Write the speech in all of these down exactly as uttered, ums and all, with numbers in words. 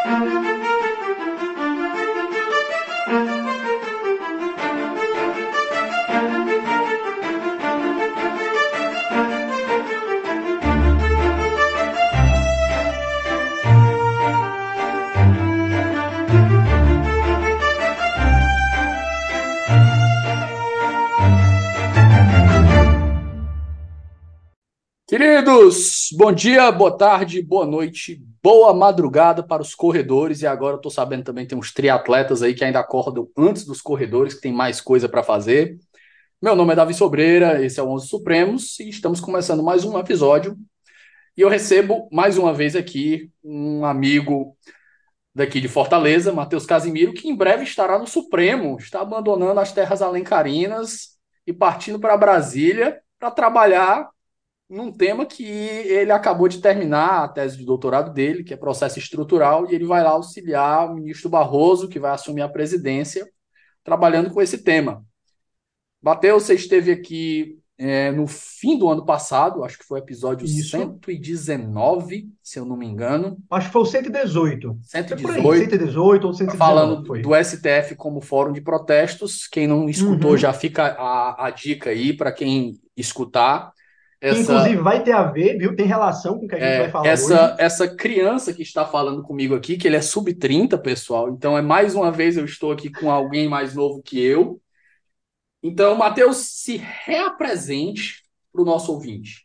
Queridos, bom dia, boa tarde, boa noite, boa madrugada para os corredores. E agora eu tô sabendo também tem uns triatletas aí que ainda acordam antes dos corredores, que tem mais coisa para fazer. Meu nome é Davi Sobreira, esse é o Onze Supremos e estamos começando mais um episódio. E eu recebo mais uma vez aqui um amigo daqui de Fortaleza, Matheus Casimiro, que em breve estará no Supremo, está abandonando as terras alencarinas e partindo para Brasília para trabalhar num tema que ele acabou de terminar a tese de doutorado dele, que é processo estrutural, e ele vai lá auxiliar o ministro Barroso, que vai assumir a presidência, trabalhando com esse tema. Matheus, você esteve aqui é, no fim do ano passado, acho que foi o episódio Isso. cento e dezenove, se eu não me engano, Acho que foi o cento e dezoito. Foi por aí, cento e cento e dezoito, dezoito ou cento e dezenove, falando foi. do S T F como fórum de protestos. Quem não escutou já Uhum. fica a, a dica aí para quem escutar. Que inclusive Essa vai ter a ver, viu? Tem relação com o que a gente vai É, falar essa, hoje. essa criança que está falando comigo aqui, que ele é sub trinta, pessoal, então é mais uma vez eu estou aqui com alguém mais novo que eu. Então, Matheus, se reapresente para o nosso ouvinte.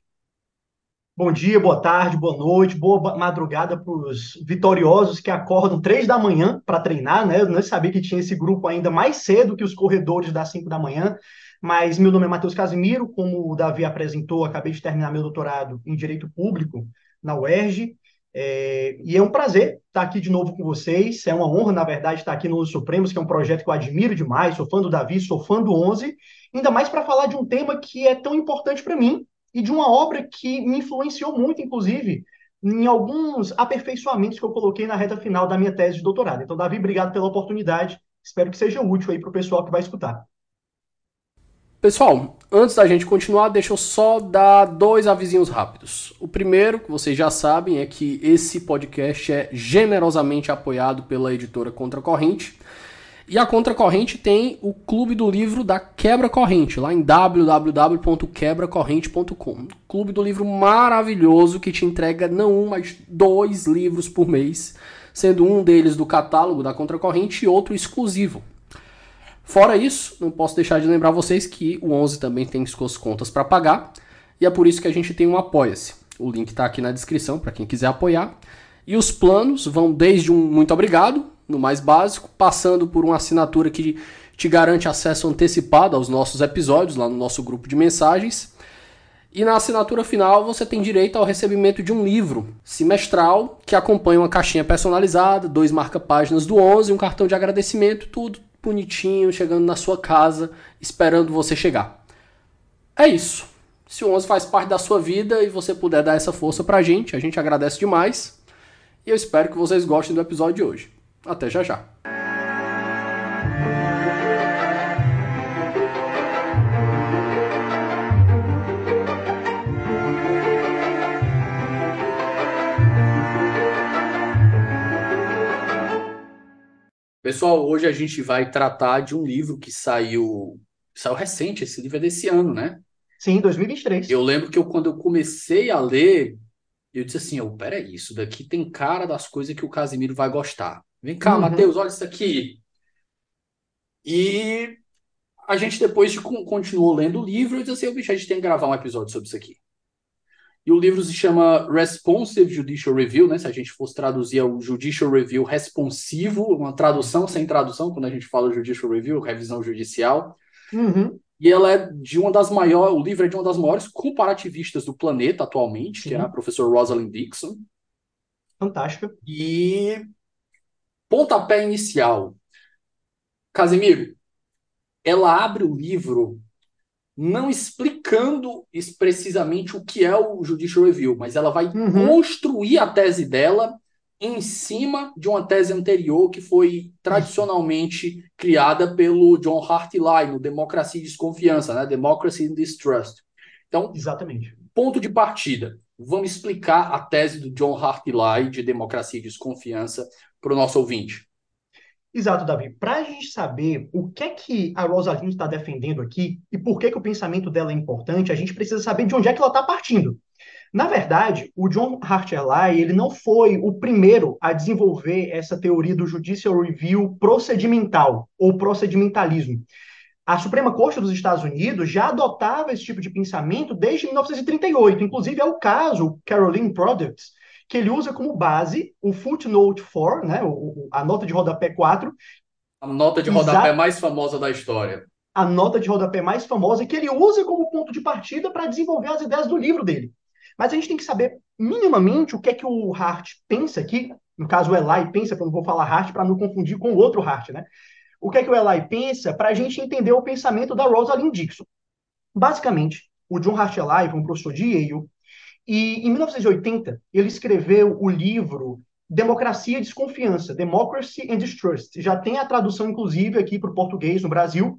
Bom dia, boa tarde, boa noite, boa ba- madrugada para os vitoriosos que acordam três da manhã para treinar, né? Eu não sabia que tinha esse grupo ainda mais cedo que os corredores das cinco da manhã. Mas meu nome é Matheus Casimiro, como o Davi apresentou, acabei de terminar meu doutorado em Direito Público na U E R J. É, e é um prazer estar aqui de novo com vocês. É uma honra, na verdade, estar aqui no Os Supremos, que é um projeto que eu admiro demais. Sou fã do Davi, sou fã do Onze, ainda mais para falar de um tema que é tão importante para mim e de uma obra que me influenciou muito, inclusive, em alguns aperfeiçoamentos que eu coloquei na reta final da minha tese de doutorado. Então, Davi, obrigado pela oportunidade. Espero que seja útil aí para o pessoal que vai escutar. Pessoal, antes da gente continuar, deixa eu só dar dois avisinhos rápidos. O primeiro, que vocês já sabem, é que esse podcast é generosamente apoiado pela editora Contracorrente. E a Contracorrente tem o Clube do Livro da Quebra Corrente, lá em w w w ponto quebra corrente ponto com. Clube do Livro maravilhoso que te entrega não um, mas dois livros por mês, sendo um deles do catálogo da Contracorrente e outro exclusivo. Fora isso, não posso deixar de lembrar vocês que o Onze também tem suas contas para pagar, e é por isso que a gente tem um Apoia-se. O link está aqui na descrição para quem quiser apoiar. E os planos vão desde um muito obrigado, no mais básico, passando por uma assinatura que te garante acesso antecipado aos nossos episódios lá no nosso grupo de mensagens. E na assinatura final você tem direito ao recebimento de um livro semestral que acompanha uma caixinha personalizada, dois marca-páginas do Onze, um cartão de agradecimento, tudo bonitinho, chegando na sua casa, esperando você chegar. É isso. Se o Onze faz parte da sua vida e você puder dar essa força pra gente, a gente agradece demais. E eu espero que vocês gostem do episódio de hoje. Até já já. Pessoal, hoje a gente vai tratar de um livro que saiu, saiu recente, esse livro é desse ano, né? Sim, dois mil e vinte e Eu três. lembro que eu, quando eu comecei a ler, eu disse assim, oh, peraí, isso daqui tem cara das coisas que o Casimiro vai gostar. Vem cá, Matheus, Uhum. olha isso aqui. E a gente depois de, continuou lendo o livro e disse assim, oh, bicho, a gente tem que gravar um episódio sobre isso aqui. E o livro se chama Responsive Judicial Review, né? Se a gente fosse traduzir o Judicial Review responsivo, uma tradução sem tradução, quando a gente fala Judicial Review, revisão judicial. Uhum. E ela é de uma das maiores, o livro é de uma das maiores comparativistas do planeta atualmente, que é a Sim, professora Rosalind Dixon. fantástica. E pontapé inicial. Casimiro, ela abre o livro não explicando precisamente o que é o Judicial Review, mas ela vai Uhum. construir a tese dela em cima de uma tese anterior que foi Isso, tradicionalmente criada pelo John Hartley no Democracia e Desconfiança, né? Democracy and Distrust. Então, exatamente. ponto de partida. Vamos explicar a tese do John Hartley de democracia e desconfiança para o nosso ouvinte. Exato, Davi. Para a gente saber o que é que a Rosalind está defendendo aqui e por que, que o pensamento dela é importante, a gente precisa saber de onde é que ela está partindo. Na verdade, o John Hartley, ele não foi o primeiro a desenvolver essa teoria do judicial review procedimental ou procedimentalismo. A Suprema Corte dos Estados Unidos já adotava esse tipo de pensamento desde mil novecentos e trinta e oito. Inclusive, é o caso Caroline Products, que ele usa como base o footnote quatro, né, a nota de rodapé quatro, A nota de rodapé exa mais famosa da história. a nota de rodapé mais famosa, que ele usa como ponto de partida para desenvolver as ideias do livro dele. Mas a gente tem que saber minimamente o que é que o Hart pensa aqui, no caso o Eli pensa, eu não vou falar Hart para não confundir com o outro Hart, né? O que é que o Eli pensa para a gente entender o pensamento da Rosalind Dixon. Basicamente, o John Hart Eli foi um professor de Yale, e em mil novecentos e oitenta ele escreveu o livro Democracia e Desconfiança, Democracy and Distrust. Já tem a tradução, inclusive, aqui para o português no Brasil.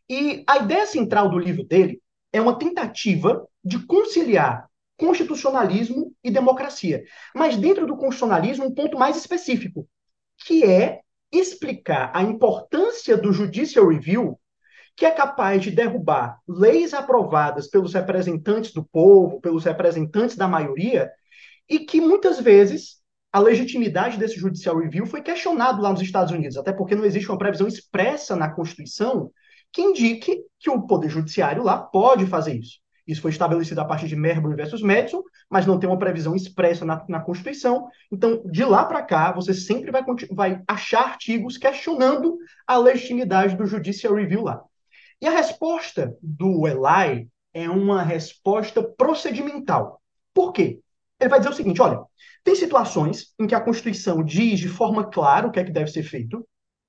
E a ideia central do livro dele é uma tentativa de conciliar constitucionalismo e democracia. Mas dentro do constitucionalismo, um ponto mais específico, que é explicar a importância do judicial review, que é capaz de derrubar leis aprovadas pelos representantes do povo, pelos representantes da maioria, e que muitas vezes a legitimidade desse judicial review foi questionado lá nos Estados Unidos, até porque não existe uma previsão expressa na Constituição que indique que o Poder Judiciário lá pode fazer isso. Isso foi estabelecido a partir de Marbury versus Madison, mas não tem uma previsão expressa na, na Constituição. Então, de lá para cá, você sempre vai, vai achar artigos questionando a legitimidade do Judicial Review lá. E a resposta do Eli é uma resposta procedimental. Por quê? Ele vai dizer o seguinte: olha, tem situações em que a Constituição diz de forma clara o que é que deve ser feito,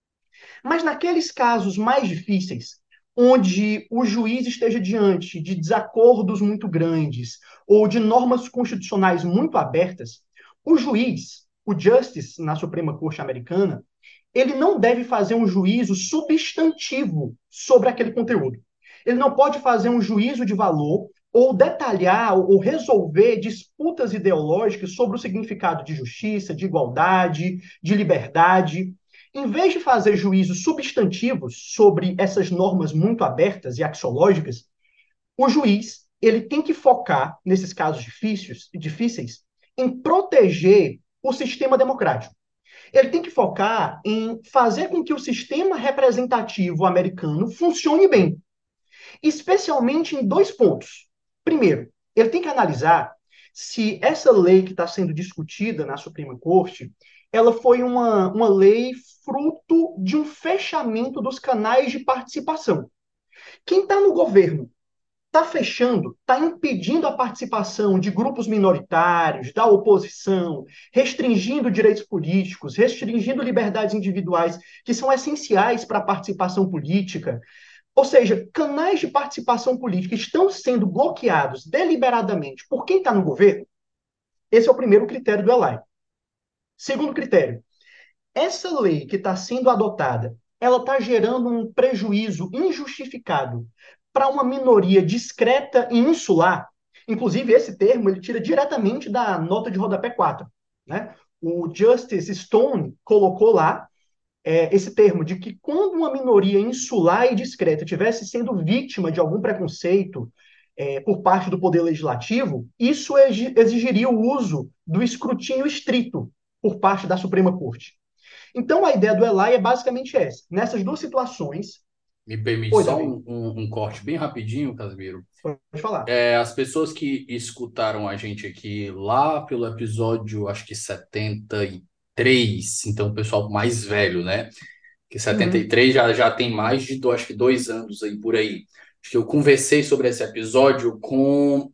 mas naqueles casos mais difíceis, onde o juiz esteja diante de desacordos muito grandes ou de normas constitucionais muito abertas, o juiz, o justice na Suprema Corte Americana, ele não deve fazer um juízo substantivo sobre aquele conteúdo. Ele não pode fazer um juízo de valor ou detalhar ou resolver disputas ideológicas sobre o significado de justiça, de igualdade, de liberdade. Em vez de fazer juízos substantivos sobre essas normas muito abertas e axiológicas, o juiz ele tem que focar, nesses casos difíceis, difíceis em proteger o sistema democrático. Ele tem que focar em fazer com que o sistema representativo americano funcione bem, especialmente em dois pontos. Primeiro, ele tem que analisar se essa lei que está sendo discutida na Suprema Corte, ela foi uma, uma lei fruto de um fechamento dos canais de participação. Quem está no governo está fechando, está impedindo a participação de grupos minoritários, da oposição, restringindo direitos políticos, restringindo liberdades individuais que são essenciais para a participação política. Ou seja, canais de participação política estão sendo bloqueados deliberadamente por quem está no governo. Esse é o primeiro critério do Eli. Segundo critério, essa lei que está sendo adotada, ela está gerando um prejuízo injustificado para uma minoria discreta e insular. Inclusive, esse termo ele tira diretamente da nota de rodapé quatro. Né? O Justice Stone colocou lá é, esse termo de que quando uma minoria insular e discreta tivesse sendo vítima de algum preconceito é, por parte do Poder Legislativo, isso exigiria o uso do escrutínio estrito por parte da Suprema Corte. Então, a ideia do Eli é basicamente essa. Nessas duas situações... Me permite Oi, só Davi, um, um, um corte bem rapidinho, Casimiro. pode falar. É, as pessoas que escutaram a gente aqui lá pelo episódio, acho que setenta e três, então o pessoal mais velho, né? Que setenta e Uhum, três já, já tem mais de dois, acho que dois anos aí por aí. Acho que eu conversei sobre esse episódio com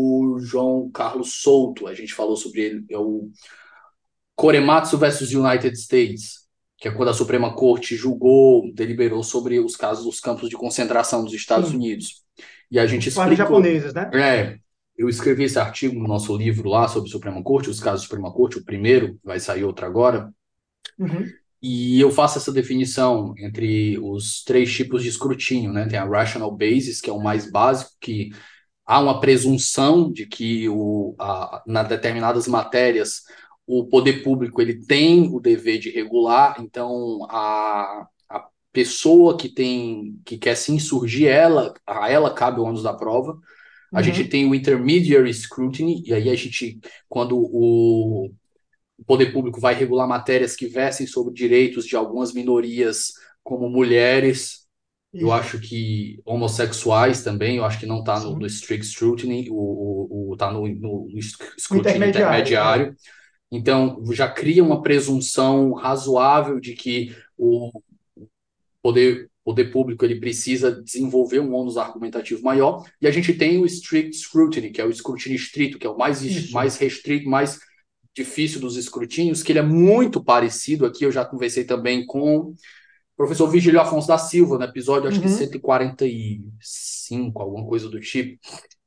o João Carlos Souto. A gente falou sobre ele, é o Korematsu versus United States, que é quando a Suprema Corte julgou, deliberou sobre os casos dos campos de concentração dos Estados sim. Unidos. E a gente Os fardos explicou. japoneses, né? É, eu escrevi esse artigo no nosso livro lá sobre a Suprema Corte, os casos da Suprema Corte, o primeiro, vai sair outro agora. Uhum, E eu faço essa definição entre os três tipos de escrutínio, né? Tem a rational basis, que é o mais básico, que há uma presunção de que o, a, na determinadas matérias o poder público ele tem o dever de regular, então a, a pessoa que tem que quer se insurgir, ela, a ela cabe o ônus da prova. A gente Uhum. tem o intermediary scrutiny, e aí a gente, quando o, o poder público vai regular matérias que versem sobre direitos de algumas minorias, como mulheres, eu Isso, acho que homossexuais também, eu acho que não está no, no sim. strict scrutiny, o, o, o, tá no, no, no O escrutínio intermediário, é. intermediário. Então, já cria uma presunção razoável de que o poder, poder público ele precisa desenvolver um ônus argumentativo maior. E a gente tem o strict scrutiny, que é o escrutínio estrito, que é o mais, Isso. mais restrito, mais difícil dos escrutínios, que ele é muito parecido. Aqui eu já conversei também com o professor Vigílio Afonso da Silva, no episódio acho que Uhum. cento e quarenta e cinco, alguma coisa do tipo.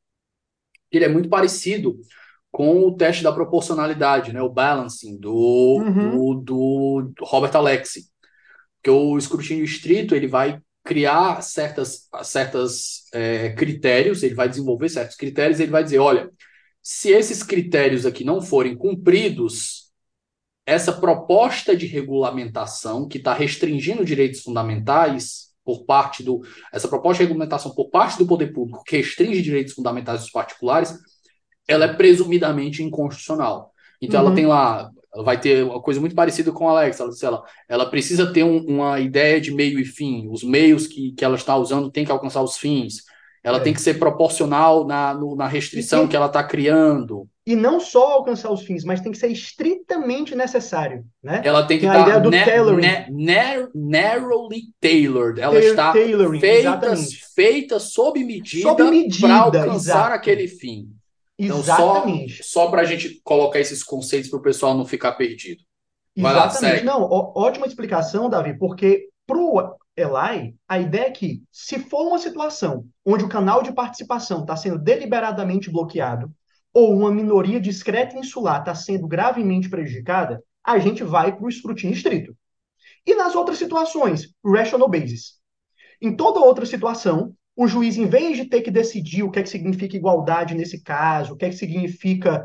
Ele é muito parecido com o teste da proporcionalidade, né, o balancing do, Uhum. do, do Robert Alexy. Porque o escrutínio estrito ele vai criar certas, certas é, critérios, ele vai desenvolver certos critérios, ele vai dizer, olha, se esses critérios aqui não forem cumpridos, essa proposta de regulamentação que está restringindo direitos fundamentais por parte do essa proposta de regulamentação por parte do poder público que restringe direitos fundamentais dos particulares, ela é Sim. presumidamente inconstitucional. Então ela tem Uhum. lá, ela vai ter uma coisa muito parecida com a Alexa, ela, ela, ela precisa ter um, uma ideia de meio e fim, os meios que, que ela está usando tem que alcançar os fins, ela tem É. que ser proporcional na, no, na E, restrição que e, ela está criando, e não só alcançar os fins, mas tem que ser estritamente necessário, né? ela tem que Tem a estar ideia do na, tailoring. na, na, narrowly tailored, ela Ta- está Tailoring, feita, exatamente. feita sob Sob medida para medida, alcançar exato. aquele fim. Então, só, Exatamente. só para a gente colocar esses conceitos para o pessoal não ficar perdido. Vai lá, Exatamente. segue. Não, ó- ótima explicação, Davi, porque pro Eli, a ideia é que, se for uma situação onde o canal de participação está sendo deliberadamente bloqueado, ou uma minoria discreta e insular está sendo gravemente prejudicada, a gente vai para o escrutínio estrito. E nas outras situações, rational basis. Em toda outra situação, o juiz, em vez de ter que decidir o que é que significa igualdade nesse caso, o que é que significa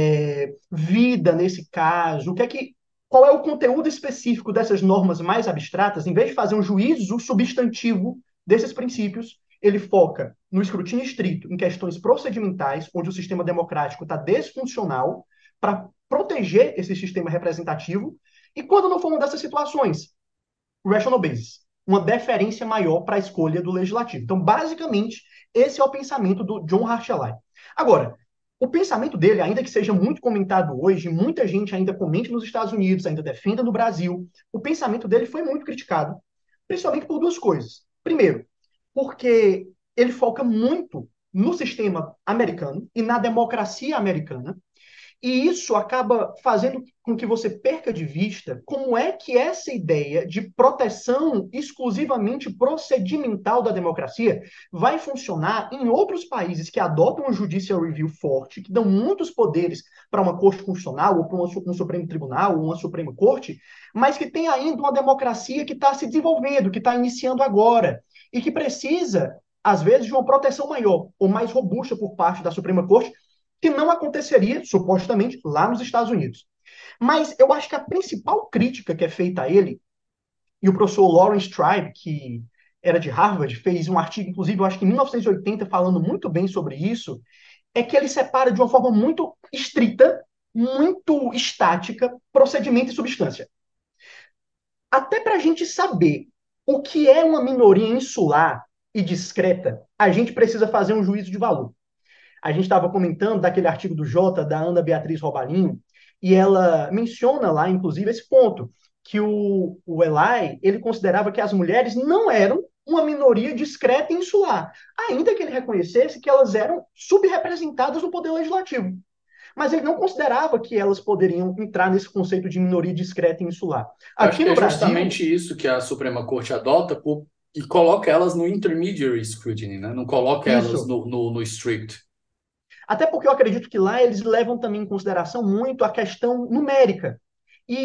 é, vida nesse caso, o que é que, qual é o conteúdo específico dessas normas mais abstratas, em vez de fazer um juízo substantivo desses princípios, ele foca no escrutínio estrito, em questões procedimentais, onde o sistema democrático está desfuncional, para proteger esse sistema representativo, e quando não for uma dessas situações, rational basis, uma deferência maior para a escolha do legislativo. Então, basicamente, esse é o pensamento do John Hartley. Agora, o pensamento dele, ainda que seja muito comentado hoje, muita gente ainda comente nos Estados Unidos, ainda defenda no Brasil, o pensamento dele foi muito criticado, principalmente por duas coisas. Primeiro, porque ele foca muito no sistema americano e na democracia americana, e isso acaba fazendo com que você perca de vista como é que essa ideia de proteção exclusivamente procedimental da democracia vai funcionar em outros países que adotam um judicial review forte, que dão muitos poderes para uma corte constitucional, ou para um Supremo Tribunal, ou uma Suprema Corte, mas que tem ainda uma democracia que está se desenvolvendo, que está iniciando agora, e que precisa, às vezes, de uma proteção maior ou mais robusta por parte da Suprema Corte, que não aconteceria, supostamente, lá nos Estados Unidos. Mas eu acho que a principal crítica que é feita a ele, e o professor Lawrence Tribe, que era de Harvard, fez um artigo, inclusive, eu acho que em mil novecentos e oitenta, falando muito bem sobre isso, é que ele separa de uma forma muito estrita, muito estática, procedimento e substância. Até para a gente saber o que é uma minoria insular e discreta, a gente precisa fazer um juízo de valor. A gente estava comentando daquele artigo do Jota, da Ana Beatriz Robalinho, e ela menciona lá, inclusive, esse ponto, que o, o Eli, ele considerava que as mulheres não eram uma minoria discreta e insular, ainda que ele reconhecesse que elas eram subrepresentadas no poder legislativo. Mas ele não considerava que elas poderiam entrar nesse conceito de minoria discreta e insular. Eu acho Aqui que no é Brasil, justamente isso que a Suprema Corte adota por, e coloca elas no intermediary scrutiny, né? Não coloca elas isso. no, no, no strict. Até porque eu acredito que lá eles levam também em consideração muito a questão numérica. E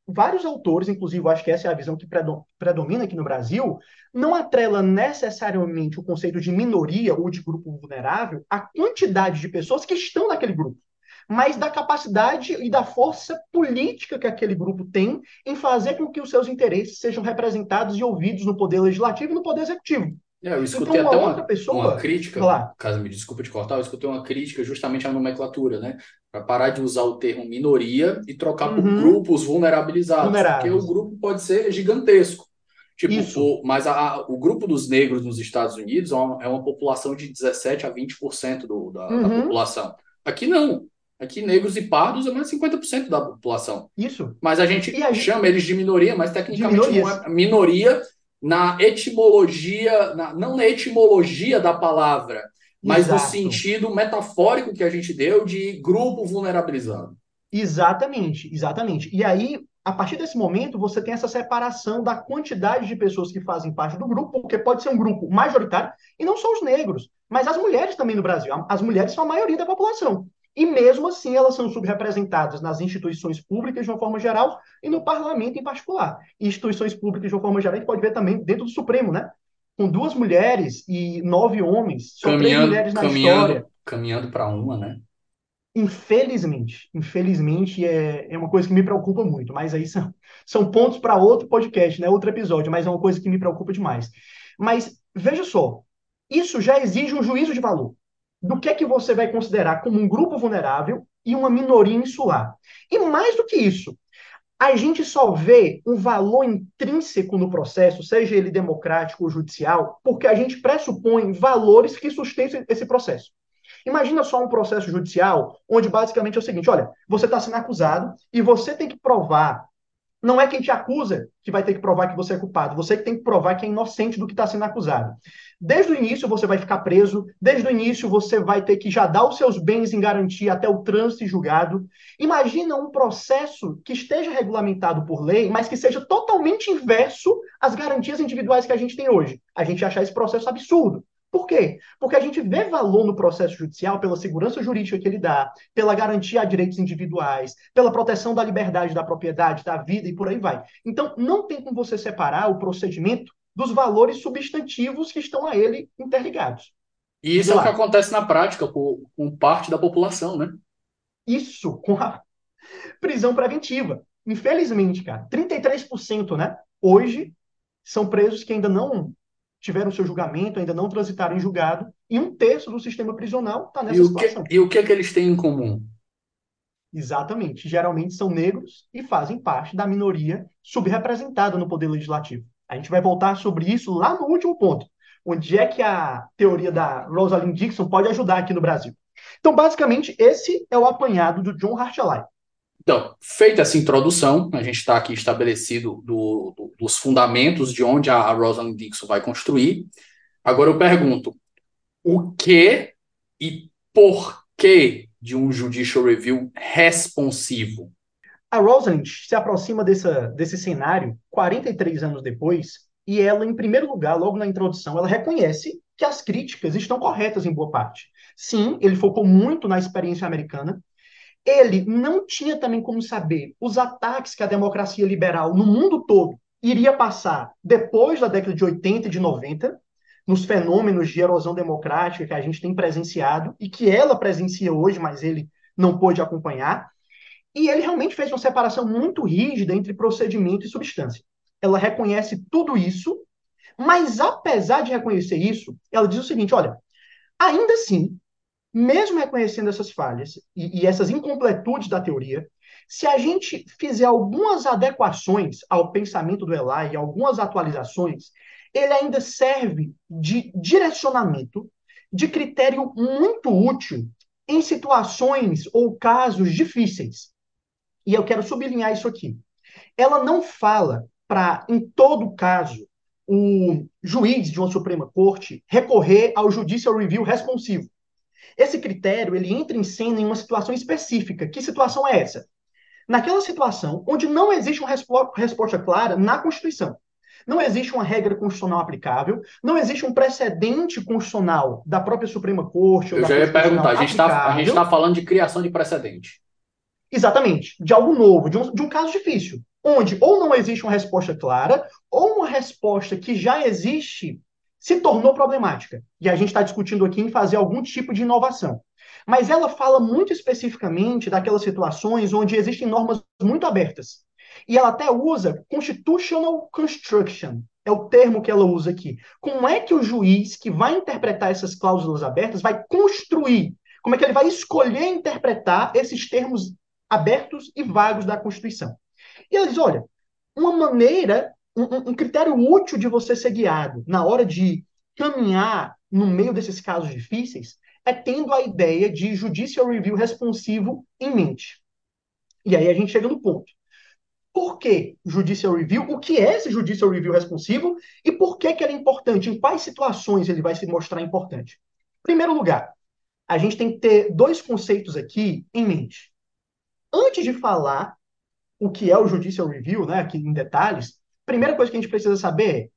vários autores, inclusive eu acho que essa é a visão que predo- predomina aqui no Brasil, não atrela necessariamente o conceito de minoria ou de grupo vulnerável à quantidade de pessoas que estão naquele grupo, mas da capacidade e da força política que aquele grupo tem em fazer com que os seus interesses sejam representados e ouvidos no poder legislativo e no poder executivo. É, eu Então, escutei uma até outra uma, uma pessoa, vai crítica, lá, caso me desculpe te cortar, eu escutei uma crítica justamente à nomenclatura, né? Para parar de usar o termo minoria e trocar por uhum, grupos vulnerabilizados, porque o vulneráveis. grupo pode ser gigantesco. Tipo, Isso, o, mas a, a- o grupo dos negros nos Estados Unidos é uma, é uma população de dezessete a vinte por cento do, da, da uhum, população. Aqui não. Aqui negros e pardos é mais de cinquenta por cento da população. isso. Mas a E gente a gente, chama eles de minoria, mas de tecnicamente não minorias. é minoria na etimologia, na, não na etimologia da palavra, mas no Exato. sentido metafórico que a gente deu de grupo vulnerabilizado. Exatamente, exatamente. E aí, a partir desse momento, você tem essa separação da quantidade de pessoas que fazem parte do grupo, porque pode ser um grupo majoritário, e não só os negros, mas as mulheres também no Brasil. As mulheres são a maioria da população. E mesmo assim, elas são subrepresentadas nas instituições públicas de uma forma geral e no parlamento em particular. Instituições públicas de uma forma geral, a gente pode ver também dentro do Supremo, né? Com duas mulheres e nove homens, só três Caminhando, mulheres na história. caminhando, caminhando para uma, né? Infelizmente, infelizmente é, é uma coisa que me preocupa muito, mas aí são, são pontos para outro podcast, né? Outro episódio, mas é uma coisa que me preocupa demais. Mas veja só, isso já exige um juízo de valor. Do que é que você vai considerar como um grupo vulnerável e uma minoria insular? E mais do que isso, a gente só vê um valor intrínseco no processo, seja ele democrático ou judicial, porque a gente pressupõe valores que sustentam esse processo. Imagina só um processo judicial onde basicamente é o seguinte: olha, você está sendo acusado e você tem que provar. Não é quem te acusa que vai ter que provar que você é culpado, você que tem que provar que é inocente do que está sendo acusado. Desde o início você vai ficar preso, desde o início você vai ter que já dar os seus bens em garantia até o trânsito e julgado. Imagina um processo que esteja regulamentado por lei, mas que seja totalmente inverso às garantias individuais que a gente tem hoje. A gente achar esse processo absurdo. Por quê? Porque a gente vê valor no processo judicial pela segurança jurídica que ele dá, pela garantia a direitos individuais, pela proteção da liberdade da propriedade, da vida e por aí vai. Então, não tem como você separar o procedimento dos valores substantivos que estão a ele interligados. E isso Diga é o que lá. acontece na prática com, com parte da população, né? Isso com a prisão preventiva. Infelizmente, cara, trinta e três por cento, né? Hoje são presos que ainda não tiveram seu julgamento, ainda não transitaram em julgado, e um terço do sistema prisional está E nessa o que, situação. e o que é que eles têm em comum? Exatamente. Geralmente são negros e fazem parte da minoria subrepresentada no poder legislativo. A gente vai voltar sobre isso lá no último ponto, onde é que a teoria da Rosalind Dixon pode ajudar aqui no Brasil. Então, basicamente, esse é o apanhado do John Hartshally. Então, feita essa introdução, a gente está aqui estabelecido do, do, dos fundamentos de onde a, a Rosalind Dixon vai construir. Agora eu pergunto, o que e por que de um judicial review responsivo? A Rosalind se aproxima dessa, desse cenário quarenta e três anos depois, e ela, em primeiro lugar, logo na introdução, ela reconhece que as críticas estão corretas em boa parte. Sim, ele focou muito na experiência americana. Ele não tinha também como saber os ataques que a democracia liberal no mundo todo iria passar depois da década de oitenta e de noventa, nos fenômenos de erosão democrática que a gente tem presenciado e que ela presencia hoje, mas ele não pôde acompanhar. E ele realmente fez uma separação muito rígida entre procedimento e substância. Ela reconhece tudo isso, mas apesar de reconhecer isso, ela diz o seguinte: olha, ainda assim, mesmo reconhecendo essas falhas e, e essas incompletudes da teoria, se a gente fizer algumas adequações ao pensamento do Elai, algumas atualizações, ele ainda serve de direcionamento, de critério muito útil em situações ou casos difíceis. E eu quero sublinhar isso aqui. Ela não fala para, em todo caso, o juiz de uma Suprema Corte recorrer ao judicial review responsivo. Esse critério ele entra em cena em uma situação específica. Que situação é essa? Naquela situação onde não existe uma resposta clara na Constituição. Não existe uma regra constitucional aplicável, não existe um precedente constitucional da própria Suprema Corte ou Eu da já Corte ia perguntar, Constitucional a gente está a gente tá aplicável. falando de criação de precedente. Exatamente, de algo novo, de um, de um caso difícil. onde ou não existe uma resposta clara, ou uma resposta que já existe se tornou problemática. E a gente está discutindo aqui em fazer algum tipo de inovação. Mas ela fala muito especificamente daquelas situações onde existem normas muito abertas. E ela até usa constitutional construction, é o termo que ela usa aqui. Como é que o juiz que vai interpretar essas cláusulas abertas vai construir? Como é que ele vai escolher interpretar esses termos abertos e vagos da Constituição? E ela diz: olha, uma maneira, um, um critério útil de você ser guiado na hora de caminhar no meio desses casos difíceis é tendo a ideia de judicial review responsivo em mente. E aí a gente chega no ponto. Por que judicial review? O que é esse judicial review responsivo? E por que, que ele é importante? Em quais situações ele vai se mostrar importante? Em primeiro lugar, a gente tem que ter dois conceitos aqui em mente. Antes de falar o que é o judicial review, né, aqui em detalhes, a primeira coisa que a gente precisa saber é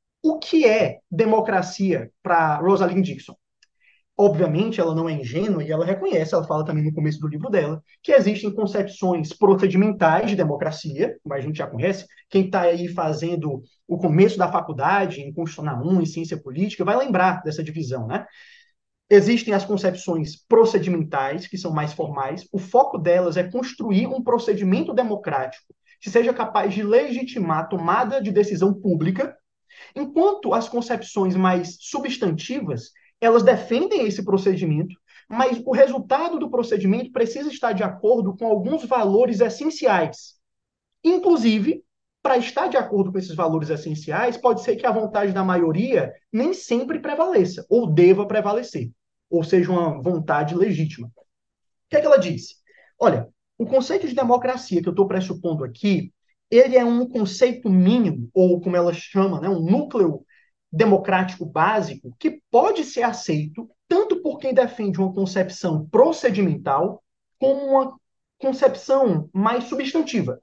o que é democracia para Rosalind Dixon. Obviamente, ela não é ingênua e ela reconhece, ela fala também no começo do livro dela, que existem concepções procedimentais de democracia, como a gente já conhece. Quem está aí fazendo o começo da faculdade, em Constitucional um, em Ciência Política, vai lembrar dessa divisão, né? Existem as concepções procedimentais, que são mais formais. O foco delas é construir um procedimento democrático que seja capaz de legitimar a tomada de decisão pública, enquanto as concepções mais substantivas, elas defendem esse procedimento, mas o resultado do procedimento precisa estar de acordo com alguns valores essenciais. Inclusive, para estar de acordo com esses valores essenciais, pode ser que a vontade da maioria nem sempre prevaleça, ou deva prevalecer, ou seja, uma vontade legítima. O que é que ela disse? Olha, o conceito de democracia que eu estou pressupondo aqui, ele é um conceito mínimo, ou como ela chama, né, um núcleo democrático básico, que pode ser aceito tanto por quem defende uma concepção procedimental, como uma concepção mais substantiva.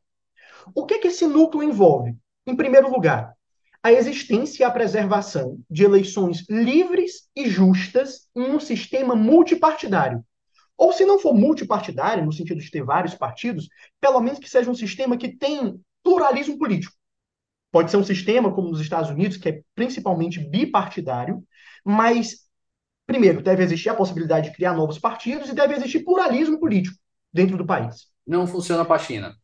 O que, que esse núcleo envolve? Em primeiro lugar, a existência e a preservação de eleições livres e justas em um sistema multipartidário. Ou se não for multipartidário, no sentido de ter vários partidos, pelo menos que seja um sistema que tem pluralismo político. Pode ser um sistema como nos Estados Unidos, que é principalmente bipartidário, mas, primeiro, deve existir a possibilidade de criar novos partidos e deve existir pluralismo político dentro do país. Não funciona para a China.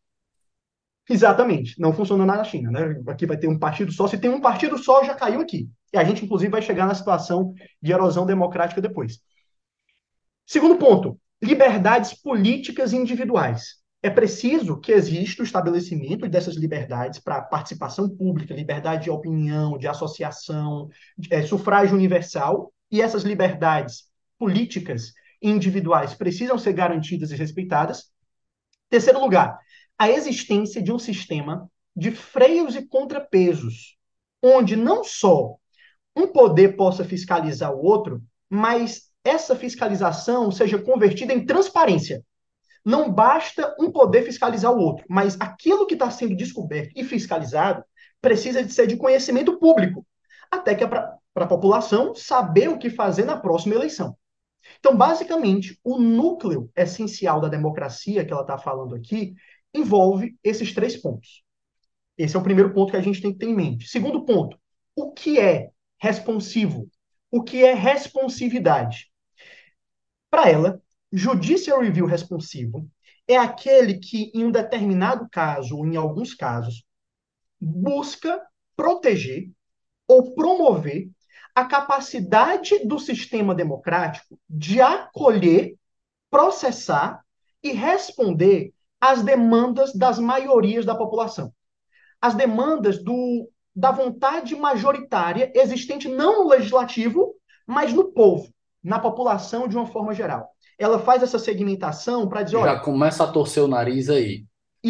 Exatamente. Não funciona na China, né? Aqui vai ter um partido só. Se tem um partido só, já caiu aqui. E a gente, inclusive, vai chegar na situação de erosão democrática depois. Segundo ponto, liberdades políticas individuais. É preciso que exista o estabelecimento dessas liberdades para participação pública, liberdade de opinião, de associação, de, é, sufrágio universal, e essas liberdades políticas individuais precisam ser garantidas e respeitadas. Terceiro lugar, a existência de um sistema de freios e contrapesos, onde não só um poder possa fiscalizar o outro, mas essa fiscalização seja convertida em transparência. Não basta um poder fiscalizar o outro, mas aquilo que está sendo descoberto e fiscalizado precisa de ser de conhecimento público, até que é para a população saber o que fazer na próxima eleição. Então, basicamente, o núcleo essencial da democracia que ela está falando aqui envolve esses três pontos. Esse é o primeiro ponto que a gente tem que ter em mente. Segundo ponto, o que é responsivo? O que é responsividade? Para ela, judicial review responsivo é aquele que, em um determinado caso, ou em alguns casos, busca proteger ou promover a capacidade do sistema democrático de acolher, processar e responder às demandas das maiorias da população. As demandas do, da vontade majoritária existente não no legislativo, mas no povo, na população de uma forma geral. Ela faz essa segmentação para dizer, Já olha, começa a torcer o nariz aí.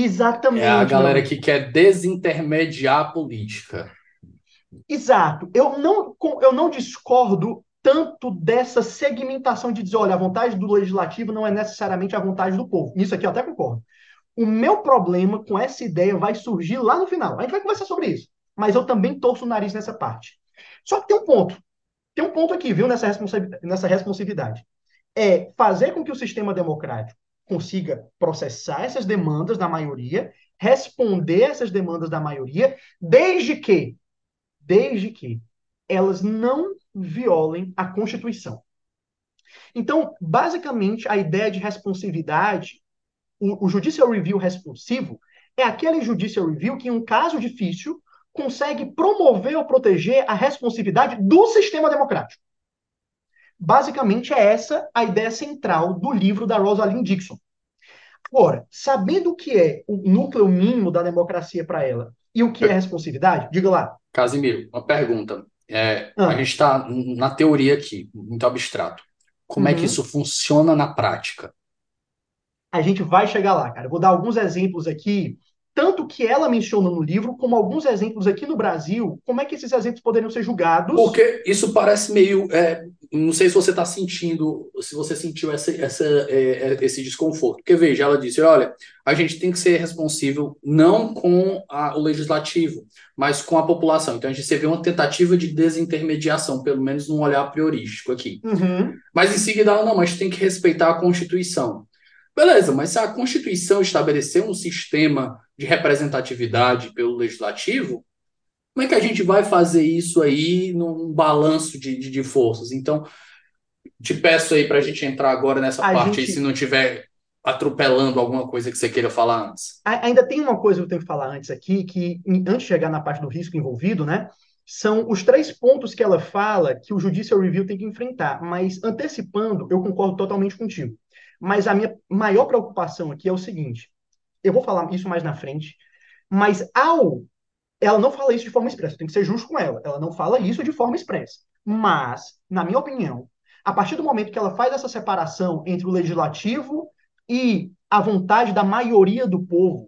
É a exatamente, meu galera amigo. que quer desintermediar a política. Exato. Eu não, eu não discordo tanto dessa segmentação de dizer, olha, a vontade do legislativo não é necessariamente a vontade do povo. Isso aqui eu até concordo. O meu problema com essa ideia vai surgir lá no final. A gente vai conversar sobre isso. Mas eu também torço o nariz nessa parte. Só que tem um ponto. Tem um ponto aqui, viu, nessa, responsa nessa responsividade. É fazer com que o sistema democrático consiga processar essas demandas da maioria, responder essas demandas da maioria, desde que, desde que elas não violem a Constituição. Então, basicamente, a ideia de responsividade, o, o Judicial Review responsivo, é aquele Judicial Review que, em um caso difícil, consegue promover ou proteger a responsividade do sistema democrático. Basicamente, é essa a ideia central do livro da Rosalind Dixon. Agora, sabendo o que é o núcleo mínimo da democracia para ela e o que é responsividade, diga lá. Casimiro, uma pergunta. É, a Ah, gente está na teoria aqui, muito abstrato. Como é que uhum. isso funciona na prática? A gente vai chegar lá, cara. Eu vou dar alguns exemplos aqui, tanto que ela menciona no livro, como alguns exemplos aqui no Brasil, como é que esses exemplos poderiam ser julgados. Porque isso parece meio. É, não sei se você está sentindo, se você sentiu essa, essa, é, é, esse desconforto. Porque, veja, ela disse: olha, a gente tem que ser responsível não com a- o legislativo, mas com a população. Então, a gente vê uma tentativa de desintermediação, pelo menos num olhar priorístico aqui. Uhum. Mas em seguida, ela, não, mas tem que respeitar a Constituição. Beleza, mas se a Constituição estabeleceu um sistema de representatividade pelo legislativo, como é que a gente vai fazer isso aí num balanço de, de, de forças? Então, te peço aí para a gente entrar agora nessa A parte aí, se gente não tiver atropelando alguma coisa que você queira falar antes. a- ainda tem uma coisa que eu tenho que falar antes aqui, que em- antes de chegar na parte do risco envolvido, né? São os três pontos que ela fala que o Judicial Review tem que enfrentar. Mas antecipando, eu concordo totalmente contigo. Mas a minha maior preocupação aqui é o seguinte: eu vou falar isso mais na frente, mas ao ela não fala isso de forma expressa, tem que ser justo com ela. Ela não fala isso de forma expressa. Mas, na minha opinião, a partir do momento que ela faz essa separação entre o legislativo e a vontade da maioria do povo,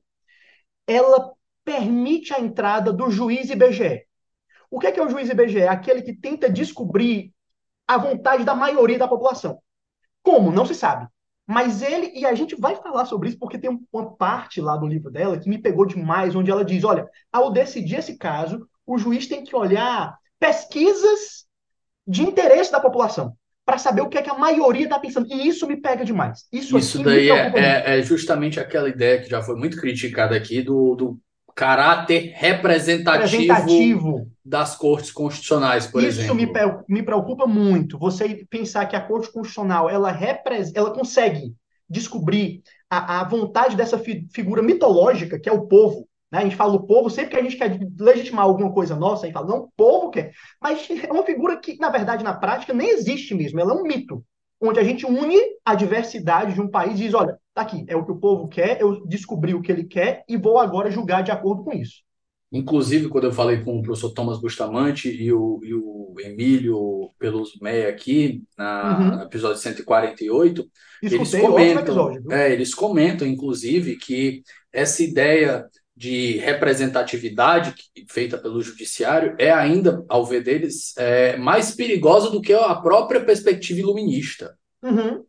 ela permite a entrada do juiz I B G E. O que é, que é o juiz I B G E? Aquele que tenta descobrir a vontade da maioria da população. Como? Não se sabe. Mas ele, e a gente vai falar sobre isso porque tem uma parte lá do livro dela que me pegou demais, onde ela diz: olha, ao decidir esse caso, o juiz tem que olhar pesquisas de interesse da população para saber o que é que a maioria está pensando. E isso me pega demais. Isso Isso aqui me daí preocupa muito. é, é, é justamente aquela ideia que já foi muito criticada aqui do, do caráter representativo Representativo. das cortes constitucionais, por Isso me, exemplo. me preocupa muito. Você pensar que a Corte Constitucional ela, repre- ela consegue descobrir a, a vontade dessa fi, figura mitológica, que é o povo. Né? A gente fala o povo, sempre que a gente quer legitimar alguma coisa nossa, a gente fala, não, o povo quer. Mas é uma figura que, na verdade, na prática, nem existe mesmo. Ela é um mito, onde a gente une a diversidade de um país e diz: olha, tá aqui, é o que o povo quer, eu descobri o que ele quer e vou agora julgar de acordo com isso. Inclusive, quando eu falei com o professor Thomas Bustamante e o, e o Emílio Peluso Meia aqui, na, no Uhum. episódio cento e quarenta e oito, eles Escutei, ótimo comentam, episódio, viu? é, eles comentam, inclusive, que essa ideia de representatividade feita pelo judiciário é ainda, ao ver deles, é, mais perigosa do que a própria perspectiva iluminista. Uhum.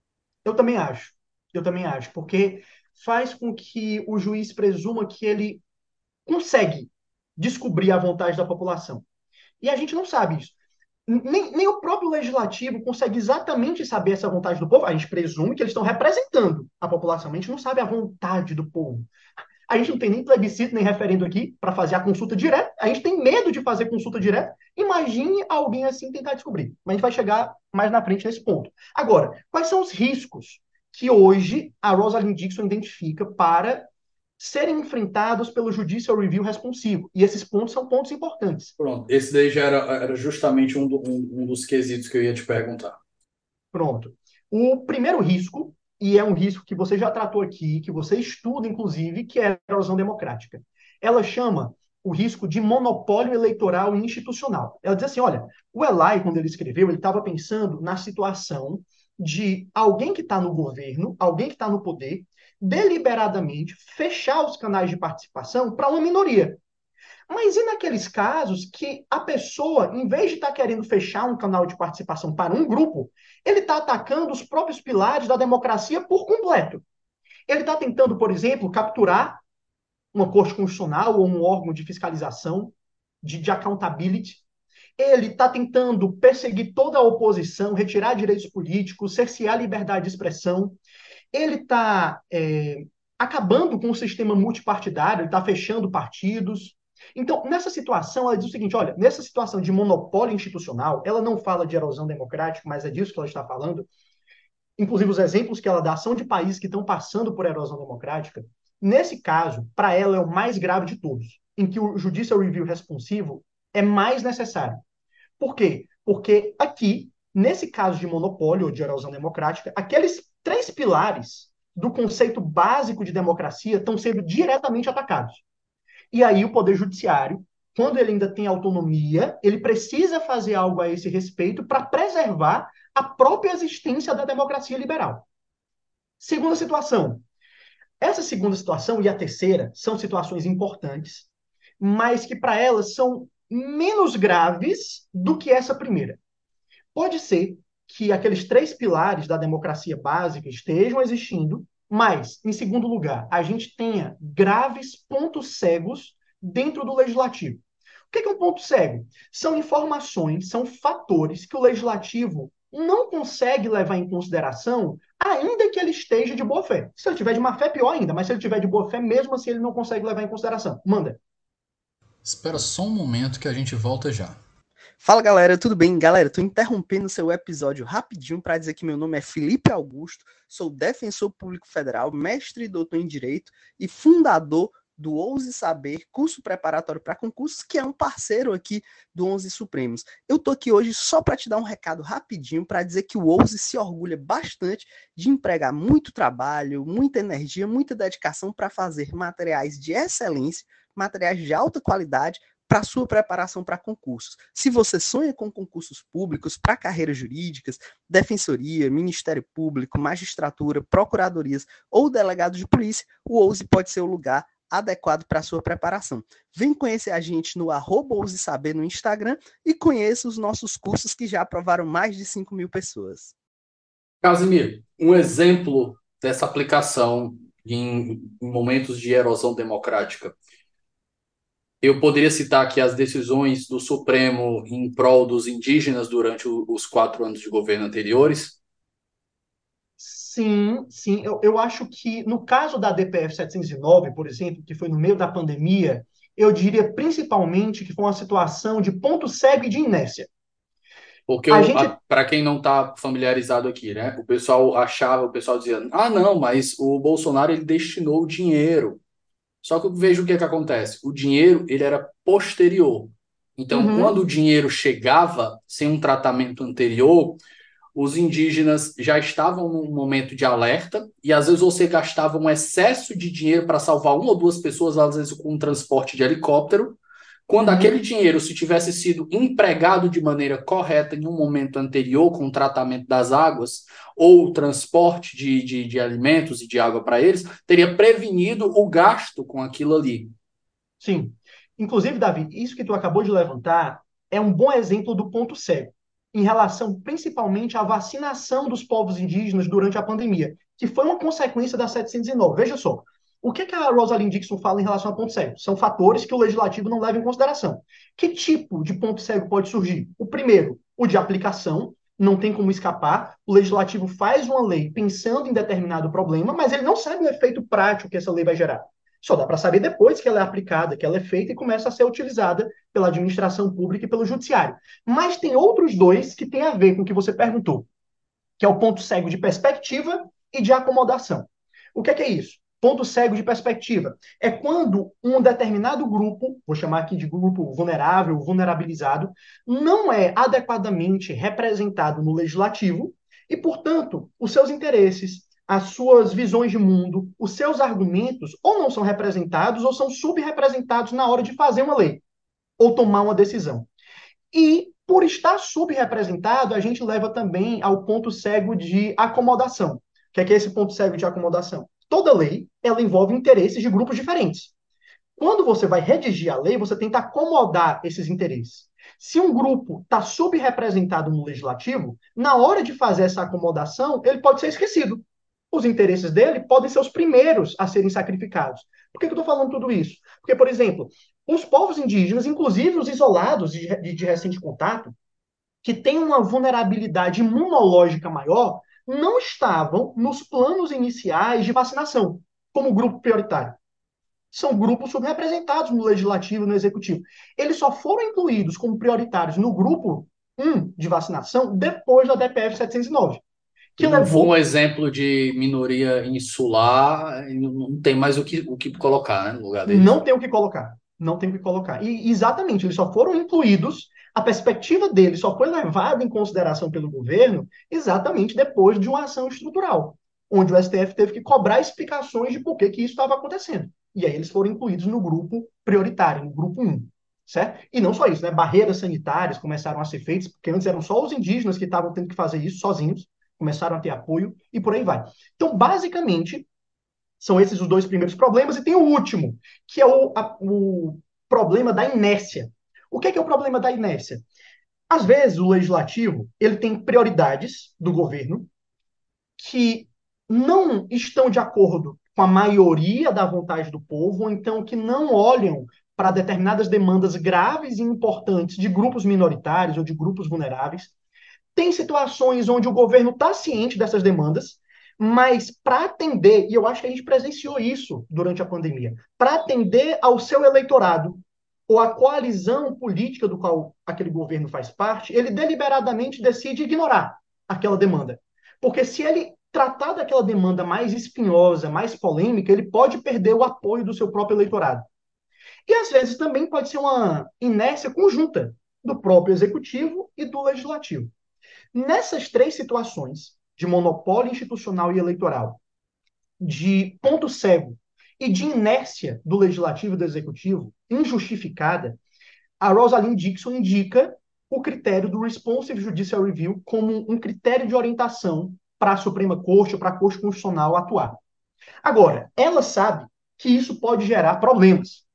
Eu também acho. Eu também acho, porque faz com que o juiz presuma que ele consegue descobrir a vontade da população. E a gente não sabe isso. Nem, nem o próprio legislativo consegue exatamente saber essa vontade do povo. A gente presume que eles estão representando a população, mas a gente não sabe a vontade do povo. A gente não tem nem plebiscito, nem referendo aqui para fazer a consulta direta. A gente tem medo de fazer consulta direta. Imagine alguém assim tentar descobrir. Mas a gente vai chegar mais na frente nesse ponto. Agora, quais são os riscos que hoje a Rosalind Dixon identifica para serem enfrentados pelo Judicial Review responsivo? E esses pontos são pontos importantes. Pronto, esse daí já era, era justamente um, do- um, um dos quesitos que eu ia te perguntar. Pronto. O primeiro risco, e é um risco que você já tratou aqui, que você estuda, inclusive, que é a erosão democrática. Ela chama o risco de monopólio eleitoral e institucional. Ela diz assim: olha, o Elai, quando ele escreveu, ele estava pensando na situação de alguém que está no governo, alguém que está no poder, deliberadamente fechar os canais de participação para uma minoria. Mas e naqueles casos que a pessoa, em vez de estar querendo fechar um canal de participação para um grupo, ele está atacando os próprios pilares da democracia por completo. Ele está tentando, por exemplo, capturar uma corte constitucional ou um órgão de fiscalização, de, de accountability. Ele está tentando perseguir toda a oposição, retirar direitos políticos, cercear a liberdade de expressão. Ele está é, acabando com o sistema multipartidário, ele está fechando partidos. Então, nessa situação, ela diz o seguinte: olha, nessa situação de monopólio institucional, ela não fala de erosão democrática, mas é disso que ela está falando. Inclusive, os exemplos que ela dá são de países que estão passando por erosão democrática. Nesse caso, para ela, é o mais grave de todos, em que o judicial review responsivo é mais necessário. Por quê? Porque aqui, nesse caso de monopólio ou de erosão democrática, aqueles três pilares do conceito básico de democracia estão sendo diretamente atacados. E aí o Poder Judiciário, quando ele ainda tem autonomia, ele precisa fazer algo a esse respeito para preservar a própria existência da democracia liberal. Segunda situação. Essa segunda situação e a terceira são situações importantes, mas que para elas são menos graves do que essa primeira. Pode ser que aqueles três pilares da democracia básica estejam existindo, mas, em segundo lugar, a gente tenha graves pontos cegos dentro do legislativo. O que é um ponto cego? São informações, são fatores que o legislativo não consegue levar em consideração, ainda que ele esteja de boa fé. Se ele tiver de má fé, pior ainda, mas se ele tiver de boa fé, mesmo assim ele não consegue levar em consideração. Manda. Espera só um momento que a gente volta já. Fala galera, tudo bem? Galera, tô interrompendo o seu episódio rapidinho para dizer que meu nome é Felipe Augusto, sou defensor público federal, mestre e doutor em Direito e fundador do Ouse Saber, curso preparatório para concursos, que é um parceiro aqui do Onze Supremos. Eu tô aqui hoje só para te dar um recado rapidinho para dizer que o Ouse se orgulha bastante de empregar muito trabalho, muita energia, muita dedicação para fazer materiais de excelência, materiais de alta qualidade para sua preparação para concursos. Se você sonha com concursos públicos para carreiras jurídicas, defensoria, Ministério Público, magistratura, procuradorias ou delegado de polícia, o Ouse pode ser o lugar adequado para sua preparação. Vem conhecer a gente no arroba Ouse Saber no Instagram e conheça os nossos cursos que já aprovaram mais de cinco mil pessoas. Casimiro, um exemplo dessa aplicação em, em momentos de erosão democrática. Eu poderia citar aqui as decisões do Supremo em prol dos indígenas durante o, os quatro anos de governo anteriores. Sim, sim. Eu, eu acho que no caso da D P F setecentos e nove, por exemplo, que foi no meio da pandemia, eu diria principalmente que foi uma situação de ponto cego e de inércia. Porque, A gente. para quem não está familiarizado aqui, né? O pessoal achava, o pessoal dizia, ah, não, mas o Bolsonaro ele destinou o dinheiro. Só que eu vejo o que, que acontece. O dinheiro ele era posterior. Então, quando o Uhum, dinheiro chegava sem um tratamento anterior, os indígenas já estavam num momento de alerta e às vezes você gastava um excesso de dinheiro para salvar uma ou duas pessoas, às vezes com um transporte de helicóptero, quando aquele uhum. dinheiro, se tivesse sido empregado de maneira correta em um momento anterior, com o tratamento das águas, ou o transporte de, de, de alimentos e de água para eles, teria prevenido o gasto com aquilo ali. Sim. Inclusive, Davi, isso que tu acabou de levantar é um bom exemplo do ponto cego, em relação principalmente à vacinação dos povos indígenas durante a pandemia, que foi uma consequência da setecentos e nove. Veja só, o que, que a Rosalind Dixon fala em relação a ponto cego? São fatores que o legislativo não leva em consideração. Que tipo de ponto cego pode surgir? O primeiro, o de aplicação, não tem como escapar. O legislativo faz uma lei pensando em determinado problema, mas ele não sabe o efeito prático que essa lei vai gerar. Só dá para saber depois que ela é aplicada, que ela é feita e começa a ser utilizada pela administração pública e pelo judiciário. Mas tem outros dois que têm a ver com o que você perguntou, que é o ponto cego de perspectiva e de acomodação. O que é, que é isso? Ponto cego de perspectiva é quando um determinado grupo, vou chamar aqui de grupo vulnerável, vulnerabilizado, não é adequadamente representado no legislativo e, portanto, os seus interesses, as suas visões de mundo, os seus argumentos ou não são representados ou são subrepresentados na hora de fazer uma lei ou tomar uma decisão. E, por estar subrepresentado, a gente leva também ao ponto cego de acomodação. O que é, que é esse ponto cego de acomodação? Toda lei, ela envolve interesses de grupos diferentes. Quando você vai redigir a lei, você tenta acomodar esses interesses. Se um grupo está subrepresentado no legislativo, na hora de fazer essa acomodação, ele pode ser esquecido. Os interesses dele podem ser os primeiros a serem sacrificados. Por que, que eu estou falando tudo isso? Porque, por exemplo, os povos indígenas, inclusive os isolados de, de, de recente contato, que têm uma vulnerabilidade imunológica maior, não estavam nos planos iniciais de vacinação. como grupo prioritário? São grupos subrepresentados no legislativo e no executivo. Eles só foram incluídos como prioritários no grupo um de vacinação depois da D P F setecentos e nove, que Se não for um levou. exemplo de minoria insular, não não tem mais o que, o que colocar, né, no lugar deles. Não tem o que colocar. Não tem o que colocar. E exatamente, eles só foram incluídos, a perspectiva deles só foi levada em consideração pelo governo exatamente depois de uma ação estrutural, onde o S T F teve que cobrar explicações de por que, que isso estava acontecendo. E aí eles foram incluídos no grupo prioritário, no grupo um. Certo? E não só isso, né? Barreiras sanitárias começaram a ser feitas, porque antes eram só os indígenas que estavam tendo que fazer isso sozinhos, começaram a ter apoio e por aí vai. Então, basicamente, são esses os dois primeiros problemas. E tem o último, que é o, a, o problema da inércia. O que é, que é o problema da inércia? Às vezes, o legislativo ele tem prioridades do governo que não estão de acordo com a maioria da vontade do povo, ou então que não olham para determinadas demandas graves e importantes de grupos minoritários ou de grupos vulneráveis. Tem situações onde o governo está ciente dessas demandas, mas para atender, e eu acho que a gente presenciou isso durante a pandemia, para atender ao seu eleitorado ou à coalizão política do qual aquele governo faz parte, ele deliberadamente decide ignorar aquela demanda. Porque se ele tratar daquela demanda mais espinhosa, mais polêmica, ele pode perder o apoio do seu próprio eleitorado. E às vezes também pode ser uma inércia conjunta do próprio executivo e do legislativo. Nessas três situações, de monopólio institucional e eleitoral, de ponto cego e de inércia do legislativo e do executivo, injustificada, a Rosalind Dixon indica o critério do Responsive Judicial Review como um critério de orientação para a Suprema Corte ou para a Corte Constitucional atuar. Agora, ela sabe que isso pode gerar problemas.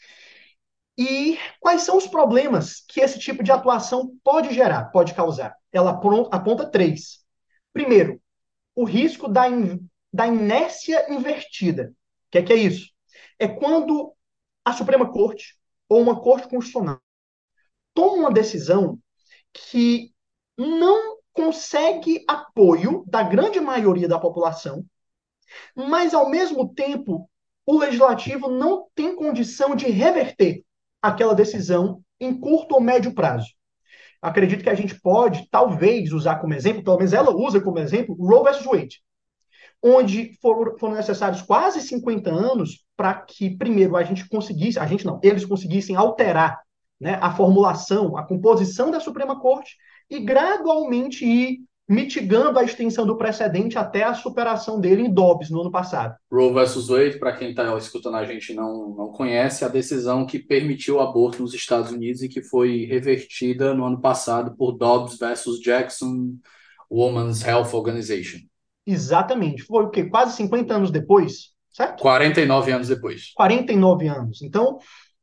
E quais são os problemas que esse tipo de atuação pode gerar, pode causar? Ela aponta três. Primeiro, o risco da, in, da inércia invertida. O que é, que é isso? É quando a Suprema Corte ou uma Corte Constitucional toma uma decisão que não consegue apoio da grande maioria da população, mas, ao mesmo tempo, o legislativo não tem condição de reverter aquela decisão em curto ou médio prazo. Acredito que a gente pode, talvez, usar como exemplo, pelo menos ela usa como exemplo, Roe versus Wade, onde foram, foram necessários quase cinquenta anos para que, primeiro, a gente conseguisse, a gente não, eles conseguissem alterar, né, a formulação, a composição da Suprema Corte e gradualmente ir mitigando a extensão do precedente até a superação dele em Dobbs no ano passado. Roe versus Wade, para quem está escutando a gente não, não conhece, a decisão que permitiu o aborto nos Estados Unidos e que foi revertida no ano passado por Dobbs versus Jackson Women's Health Organization. Exatamente. Foi o quê? Quase cinquenta anos depois, certo? quarenta e nove anos depois. quarenta e nove anos. Então,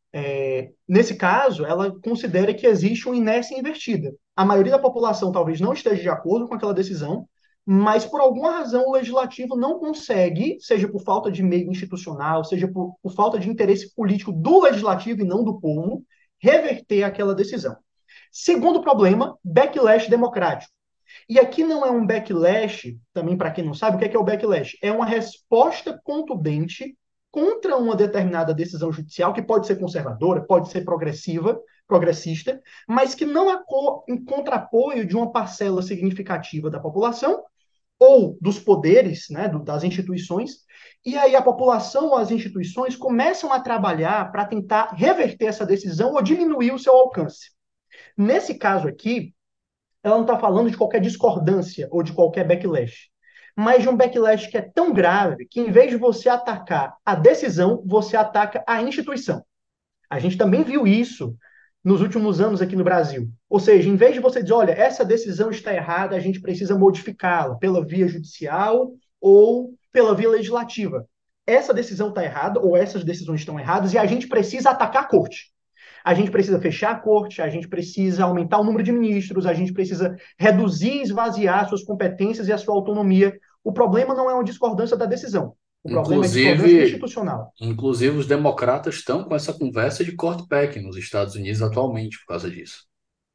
é, nesse caso, ela considera que existe uma inércia invertida. A maioria da população talvez não esteja de acordo com aquela decisão, mas por alguma razão o legislativo não consegue, seja por falta de meio institucional, seja por, por falta de interesse político do legislativo e não do povo, reverter aquela decisão. Segundo problema, backlash democrático. E aqui não é um backlash, também para quem não sabe, o que é, que é o backlash? É uma resposta contundente contra uma determinada decisão judicial, que pode ser conservadora, pode ser progressiva, progressista, mas que não encontra apoio de uma parcela significativa da população ou dos poderes, né, das instituições, e aí a população ou as instituições começam a trabalhar para tentar reverter essa decisão ou diminuir o seu alcance. Nesse caso aqui, ela não está falando de qualquer discordância ou de qualquer backlash, mas de um backlash que é tão grave que, em vez de você atacar a decisão, você ataca a instituição. A gente também viu isso nos últimos anos aqui no Brasil. Ou seja, em vez de você dizer, olha, essa decisão está errada, a gente precisa modificá-la pela via judicial ou pela via legislativa. Essa decisão está errada ou essas decisões estão erradas e a gente precisa atacar a corte. A gente precisa fechar a corte, a gente precisa aumentar o número de ministros, a gente precisa reduzir e esvaziar suas competências e a sua autonomia. O problema não é uma discordância da decisão. O problema é a discordância Inclusive, institucional. inclusive, os democratas estão com essa conversa de court packing nos Estados Unidos atualmente por causa disso.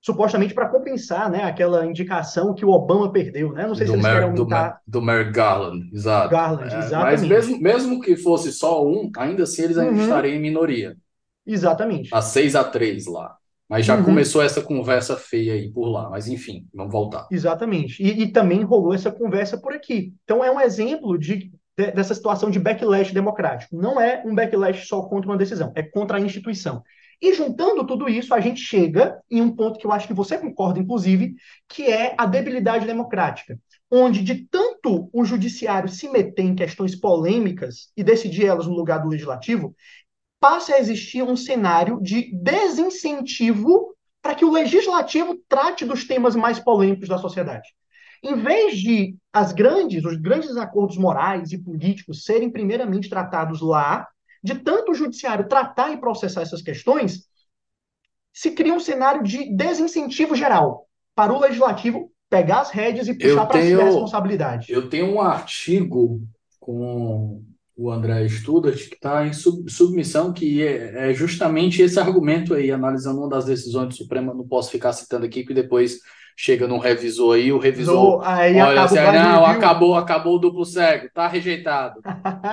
supostamente para compensar, né, aquela indicação que o Obama perdeu, né? Não sei se Do, eles querem Mer, do, Mer, aumentar do Merrick Garland, exato. Garland, É, mas mesmo, exatamente. mesmo que fosse só um, ainda assim eles ainda Uhum, estariam em minoria. exatamente. A seis a três lá. Mas já Uhum, começou essa conversa feia aí por lá. Mas enfim, vamos voltar. exatamente. E, e também rolou essa conversa por aqui. Então é um exemplo de, de- dessa situação de backlash democrático. Não é um backlash só contra uma decisão, é contra a instituição. E juntando tudo isso, a gente chega em um ponto que eu acho que você concorda, inclusive, que é a debilidade democrática, onde de tanto o judiciário se meter em questões polêmicas e decidir elas no lugar do legislativo, passa a existir um cenário de desincentivo para que o legislativo trate dos temas mais polêmicos da sociedade. Em vez de as grandes, os grandes acordos morais e políticos serem primeiramente tratados lá, de tanto o judiciário tratar e processar essas questões, se cria um cenário de desincentivo geral para o legislativo pegar as rédeas e puxar Eu para si a tenho, responsabilidade. eu tenho um artigo com o André Studart que está em sub, submissão, que é, é justamente esse argumento aí, analisando uma das decisões do Supremo. Não posso ficar citando aqui, que depois chega num revisor aí, o revisor Aí olha acaba assim, o aí, blind não, review. acabou, acabou o duplo cego, tá rejeitado.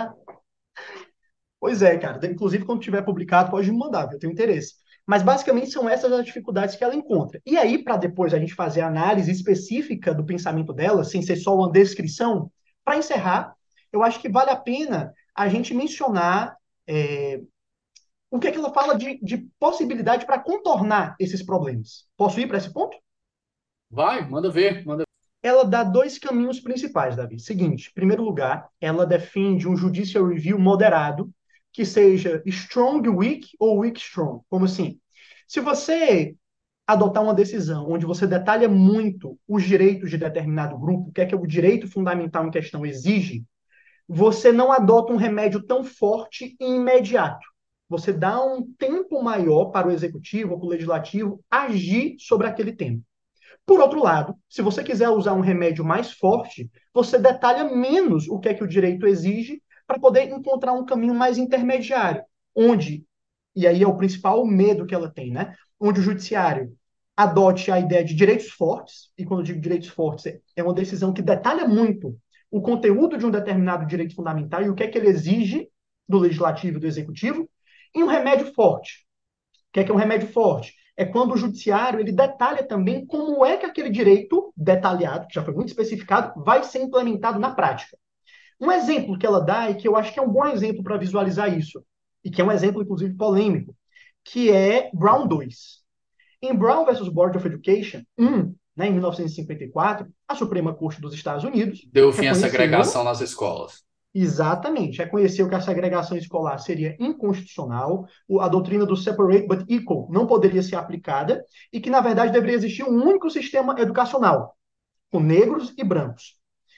Pois é, cara. Inclusive, quando tiver publicado, pode me mandar, que eu tenho interesse. Mas basicamente são essas as dificuldades que ela encontra. E aí, para depois a gente fazer a análise específica do pensamento dela, sem ser só uma descrição, para encerrar, eu acho que vale a pena a gente mencionar é, o que é que ela fala de, de possibilidade para contornar esses problemas. Posso ir para esse ponto? Vai, manda ver, manda. Ela dá dois caminhos principais, Davi. Seguinte, em primeiro lugar, ela defende um judicial review moderado, que seja strong weak ou weak strong. Como assim? Se você adotar uma decisão onde você detalha muito os direitos de determinado grupo, o que é que o direito fundamental em questão exige, você não adota um remédio tão forte e imediato. Você dá um tempo maior para o executivo ou para o legislativo agir sobre aquele tema. Por outro lado, se você quiser usar um remédio mais forte, você detalha menos o que é que o direito exige para poder encontrar um caminho mais intermediário, onde, e aí é o principal medo que ela tem, né? Onde o judiciário adote a ideia de direitos fortes, e quando eu digo direitos fortes, é uma decisão que detalha muito o conteúdo de um determinado direito fundamental e o que é que ele exige do legislativo e do executivo, e um remédio forte. O que é que é um remédio forte? É quando o judiciário ele detalha também como é que aquele direito detalhado, que já foi muito especificado, vai ser implementado na prática. Um exemplo que ela dá, e que eu acho que é um bom exemplo para visualizar isso, e que é um exemplo, inclusive, polêmico, que é Brown dois. Em Brown versus Board of Education um, né, em mil novecentos e cinquenta e quatro, a Suprema Corte dos Estados Unidos Deu fim à reconheceu segregação nas escolas. exatamente. Reconheceu que a segregação escolar seria inconstitucional, a doutrina do separate but equal não poderia ser aplicada e que, na verdade, deveria existir um único sistema educacional, com negros e brancos.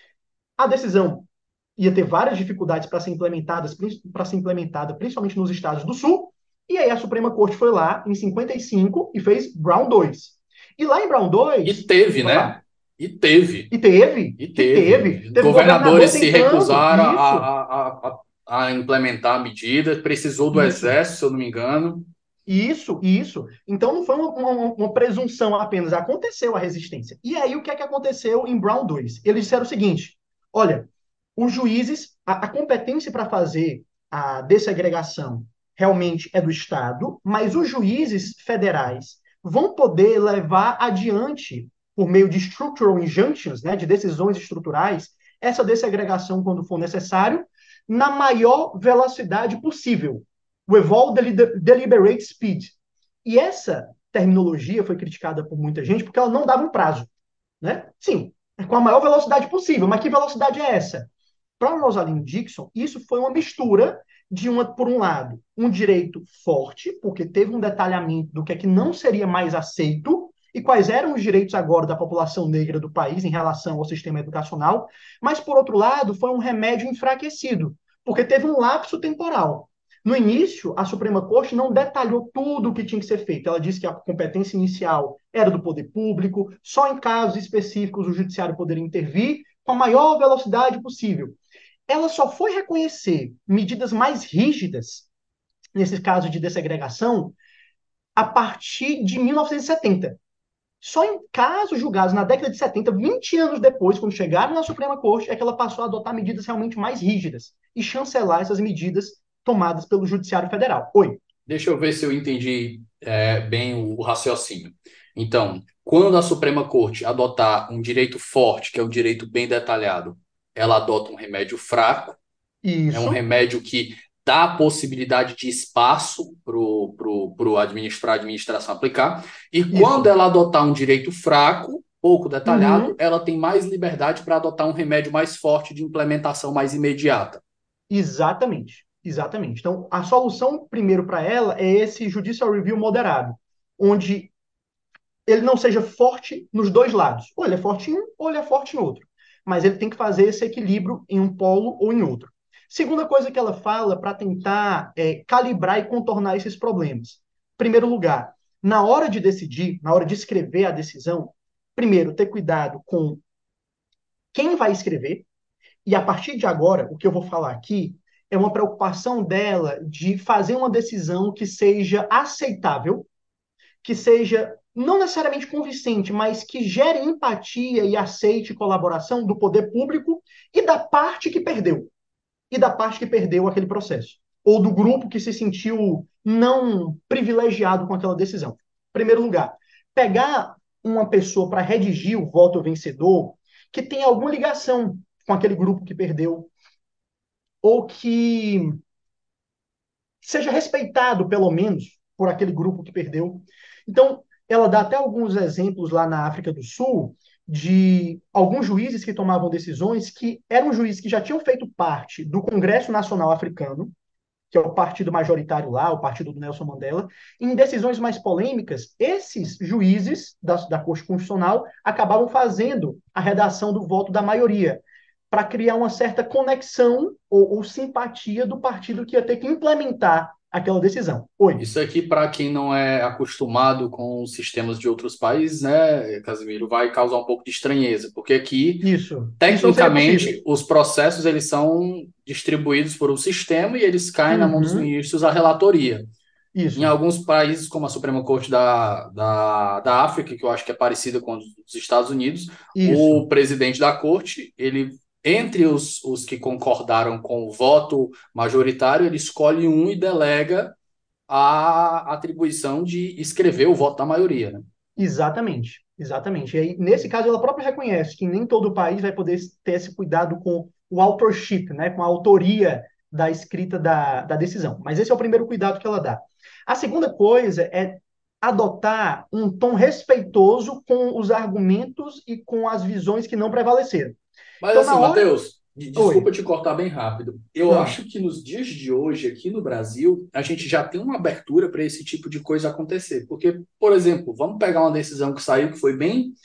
A decisão ia ter várias dificuldades para ser implementada, para ser implementada, principalmente nos estados do Sul, e aí a Suprema Corte foi lá em cinquenta e cinco e fez Brown dois. E lá em Brown E dois, teve, vai né? lá, E teve. e teve, E e teve, teve. teve Governadores governador se tentando, recusaram a, isso, a, a, a implementar a medida, precisou do isso. exército, se eu não me engano. Isso, isso. Então não foi uma, uma, uma presunção apenas, aconteceu a resistência. E aí o que é que aconteceu em Brown dois? Eles disseram o seguinte: olha, os juízes, a, a competência para fazer a dessegregação realmente é do Estado, mas os juízes federais vão poder levar adiante, por meio de structural injunctions, né, de decisões estruturais, essa dessegregação quando for necessário, na maior velocidade possível. O Evolve Deliberate Speed. E essa terminologia foi criticada por muita gente porque ela não dava um prazo. Né? Sim, com a maior velocidade possível. Mas que velocidade é essa? Para Rosalind Dixon, isso foi uma mistura de, uma, por um lado, um direito forte, porque teve um detalhamento do que é que não seria mais aceito e quais eram os direitos agora da população negra do país em relação ao sistema educacional, mas, por outro lado, foi um remédio enfraquecido, porque teve um lapso temporal. No início, a Suprema Corte não detalhou tudo o que tinha que ser feito. Ela disse que a competência inicial era do poder público, só em casos específicos o judiciário poderia intervir com a maior velocidade possível. Ela só foi reconhecer medidas mais rígidas, nesse caso de dessegregação, a partir de mil novecentos e setenta. Só em casos julgados na década de setenta, vinte anos depois, quando chegaram na Suprema Corte, é que ela passou a adotar medidas realmente mais rígidas e chancelar essas medidas tomadas pelo Judiciário Federal. Oi. Deixa eu ver se eu entendi é, bem o, o raciocínio. Então, quando a Suprema Corte adotar um direito forte, que é um direito bem detalhado, ela adota um remédio fraco, é um Isso, remédio que dá a possibilidade de espaço para o pro, pro administrar, a administração aplicar, e quando isso. ela adotar um direito fraco, pouco detalhado, Uhum, ela tem mais liberdade para adotar um remédio mais forte de implementação mais imediata. exatamente. Exatamente. Então, a solução, primeiro, para ela é esse judicial review moderado, onde ele não seja forte nos dois lados. Ou ele é forte em um, ou ele é forte em outro. Mas ele tem que fazer esse equilíbrio em um polo ou em outro. Segunda coisa que ela fala para tentar é, calibrar e contornar esses problemas. Primeiro lugar, na hora de decidir, na hora de escrever a decisão, primeiro, ter cuidado com quem vai escrever, e a partir de agora, o que eu vou falar aqui é uma preocupação dela de fazer uma decisão que seja aceitável, que seja não necessariamente convincente, mas que gere empatia e aceite colaboração do poder público e da parte que perdeu, e da parte que perdeu aquele processo, ou do grupo que se sentiu não privilegiado com aquela decisão. Em primeiro lugar, pegar uma pessoa para redigir o voto vencedor que tem alguma ligação com aquele grupo que perdeu, ou que seja respeitado, pelo menos, por aquele grupo que perdeu. Então, ela dá até alguns exemplos lá na África do Sul de alguns juízes que tomavam decisões que eram juízes que já tinham feito parte do Congresso Nacional Africano, que é o partido majoritário lá, o partido do Nelson Mandela. E em decisões mais polêmicas, esses juízes da, da Corte Constitucional acabavam fazendo a redação do voto da maioria, para criar uma certa conexão ou, ou simpatia do partido que ia ter que implementar aquela decisão. Oi. Isso aqui, para quem não é acostumado com os sistemas de outros países, né, Casimiro, vai causar um pouco de estranheza, porque aqui, Isso. Isso não seria possível. tecnicamente, os processos eles são distribuídos por um sistema e eles caem na mão dos Uhum. ministros a relatoria. Em Isso. alguns países, como a Suprema Corte da, da, da África, que eu acho que é parecida com os dos Estados Unidos, Isso. o presidente da corte, ele, entre os, os que concordaram com o voto majoritário, ele escolhe um e delega a atribuição de escrever o voto da maioria, né? Exatamente. Exatamente. E aí, nesse caso, ela própria reconhece que nem todo país vai poder ter esse cuidado com o authorship, né, com a autoria da escrita da, da decisão. Mas esse é o primeiro cuidado que ela dá. A segunda coisa é adotar um tom respeitoso com os argumentos e com as visões que não prevaleceram. Mas Então, na assim, hora. Matheus, de- desculpa Oi. te cortar bem rápido. Eu Ah, acho que nos dias de hoje, aqui no Brasil, a gente já tem uma abertura para esse tipo de coisa acontecer. Porque, por exemplo, vamos pegar uma decisão que saiu que foi bem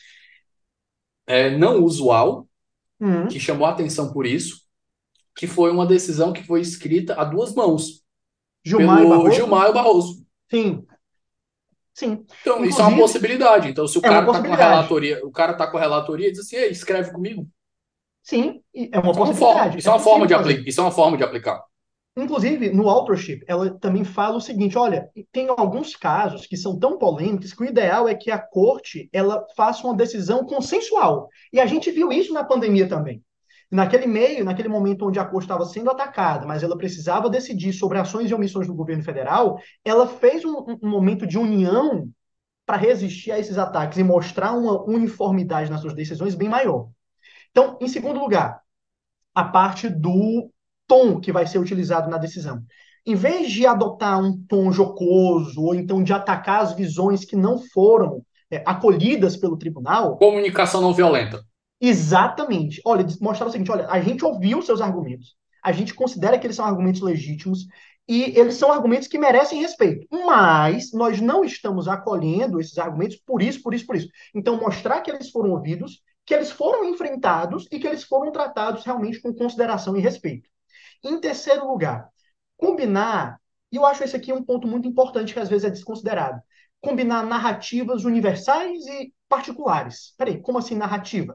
é, não usual, que hum, chamou a atenção por isso, que foi uma decisão que foi escrita a duas mãos, Gilmar e pelo Barroso? Gilmar Barroso. Sim, sim. Então, isso é uma Inclusive, possibilidade. Então, se o é uma cara tá com a possibilidade. relatoria, o cara tá com a relatoria, diz assim, ei, escreve comigo. Sim, e é uma Isso é uma forma, possibilidade. isso É é uma forma possível de aplicar, fazer. isso é uma forma de aplicar. Inclusive, no authorship, ela também fala o seguinte: olha, tem alguns casos que são tão polêmicos que o ideal é que a corte ela faça uma decisão consensual. E a gente viu isso na pandemia também. Naquele meio, naquele momento onde a corte estava sendo atacada, mas ela precisava decidir sobre ações e omissões do governo federal, ela fez um, um um momento de união para resistir a esses ataques e mostrar uma uniformidade nas suas decisões bem maior. Então, em segundo lugar, a parte do tom que vai ser utilizado na decisão. Em vez de adotar um tom jocoso ou então de atacar as visões que não foram é, acolhidas pelo tribunal, Comunicação não violenta. exatamente. Olha, mostrar o seguinte: olha, a gente ouviu seus argumentos, a gente considera que eles são argumentos legítimos e eles são argumentos que merecem respeito, mas nós não estamos acolhendo esses argumentos por isso, por isso, por isso. Então, mostrar que eles foram ouvidos, que eles foram enfrentados e que eles foram tratados realmente com consideração e respeito. Em terceiro lugar, combinar, e eu acho esse aqui um ponto muito importante que às vezes é desconsiderado, combinar narrativas universais e particulares. Peraí, como assim narrativa?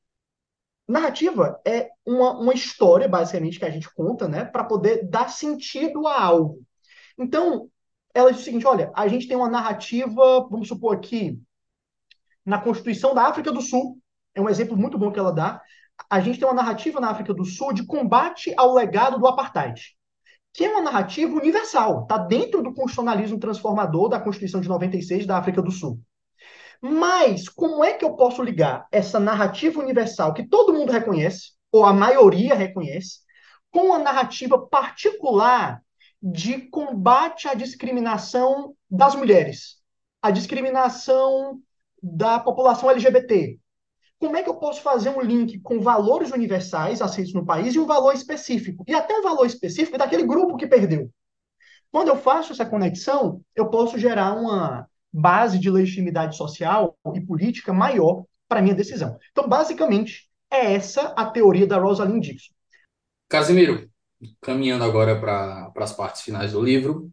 Narrativa é uma, uma história, basicamente, que a gente conta, né, para poder dar sentido a algo. Então, ela diz o seguinte: olha, a gente tem uma narrativa, vamos supor aqui, na Constituição da África do Sul, é um exemplo muito bom que ela dá, a gente tem uma narrativa na África do Sul de combate ao legado do apartheid, que é uma narrativa universal, está dentro do constitucionalismo transformador da Constituição de noventa e seis da África do Sul. Mas como é que eu posso ligar essa narrativa universal que todo mundo reconhece, ou a maioria reconhece, com a narrativa particular de combate à discriminação das mulheres, à discriminação da população L G B T? Como é que eu posso fazer um link com valores universais aceitos no país e um valor específico? E até um valor específico daquele grupo que perdeu. Quando eu faço essa conexão, eu posso gerar uma base de legitimidade social e política maior para a minha decisão. Então, basicamente, é essa a teoria da Rosalind Dixon. Casimiro, caminhando agora para as partes finais do livro,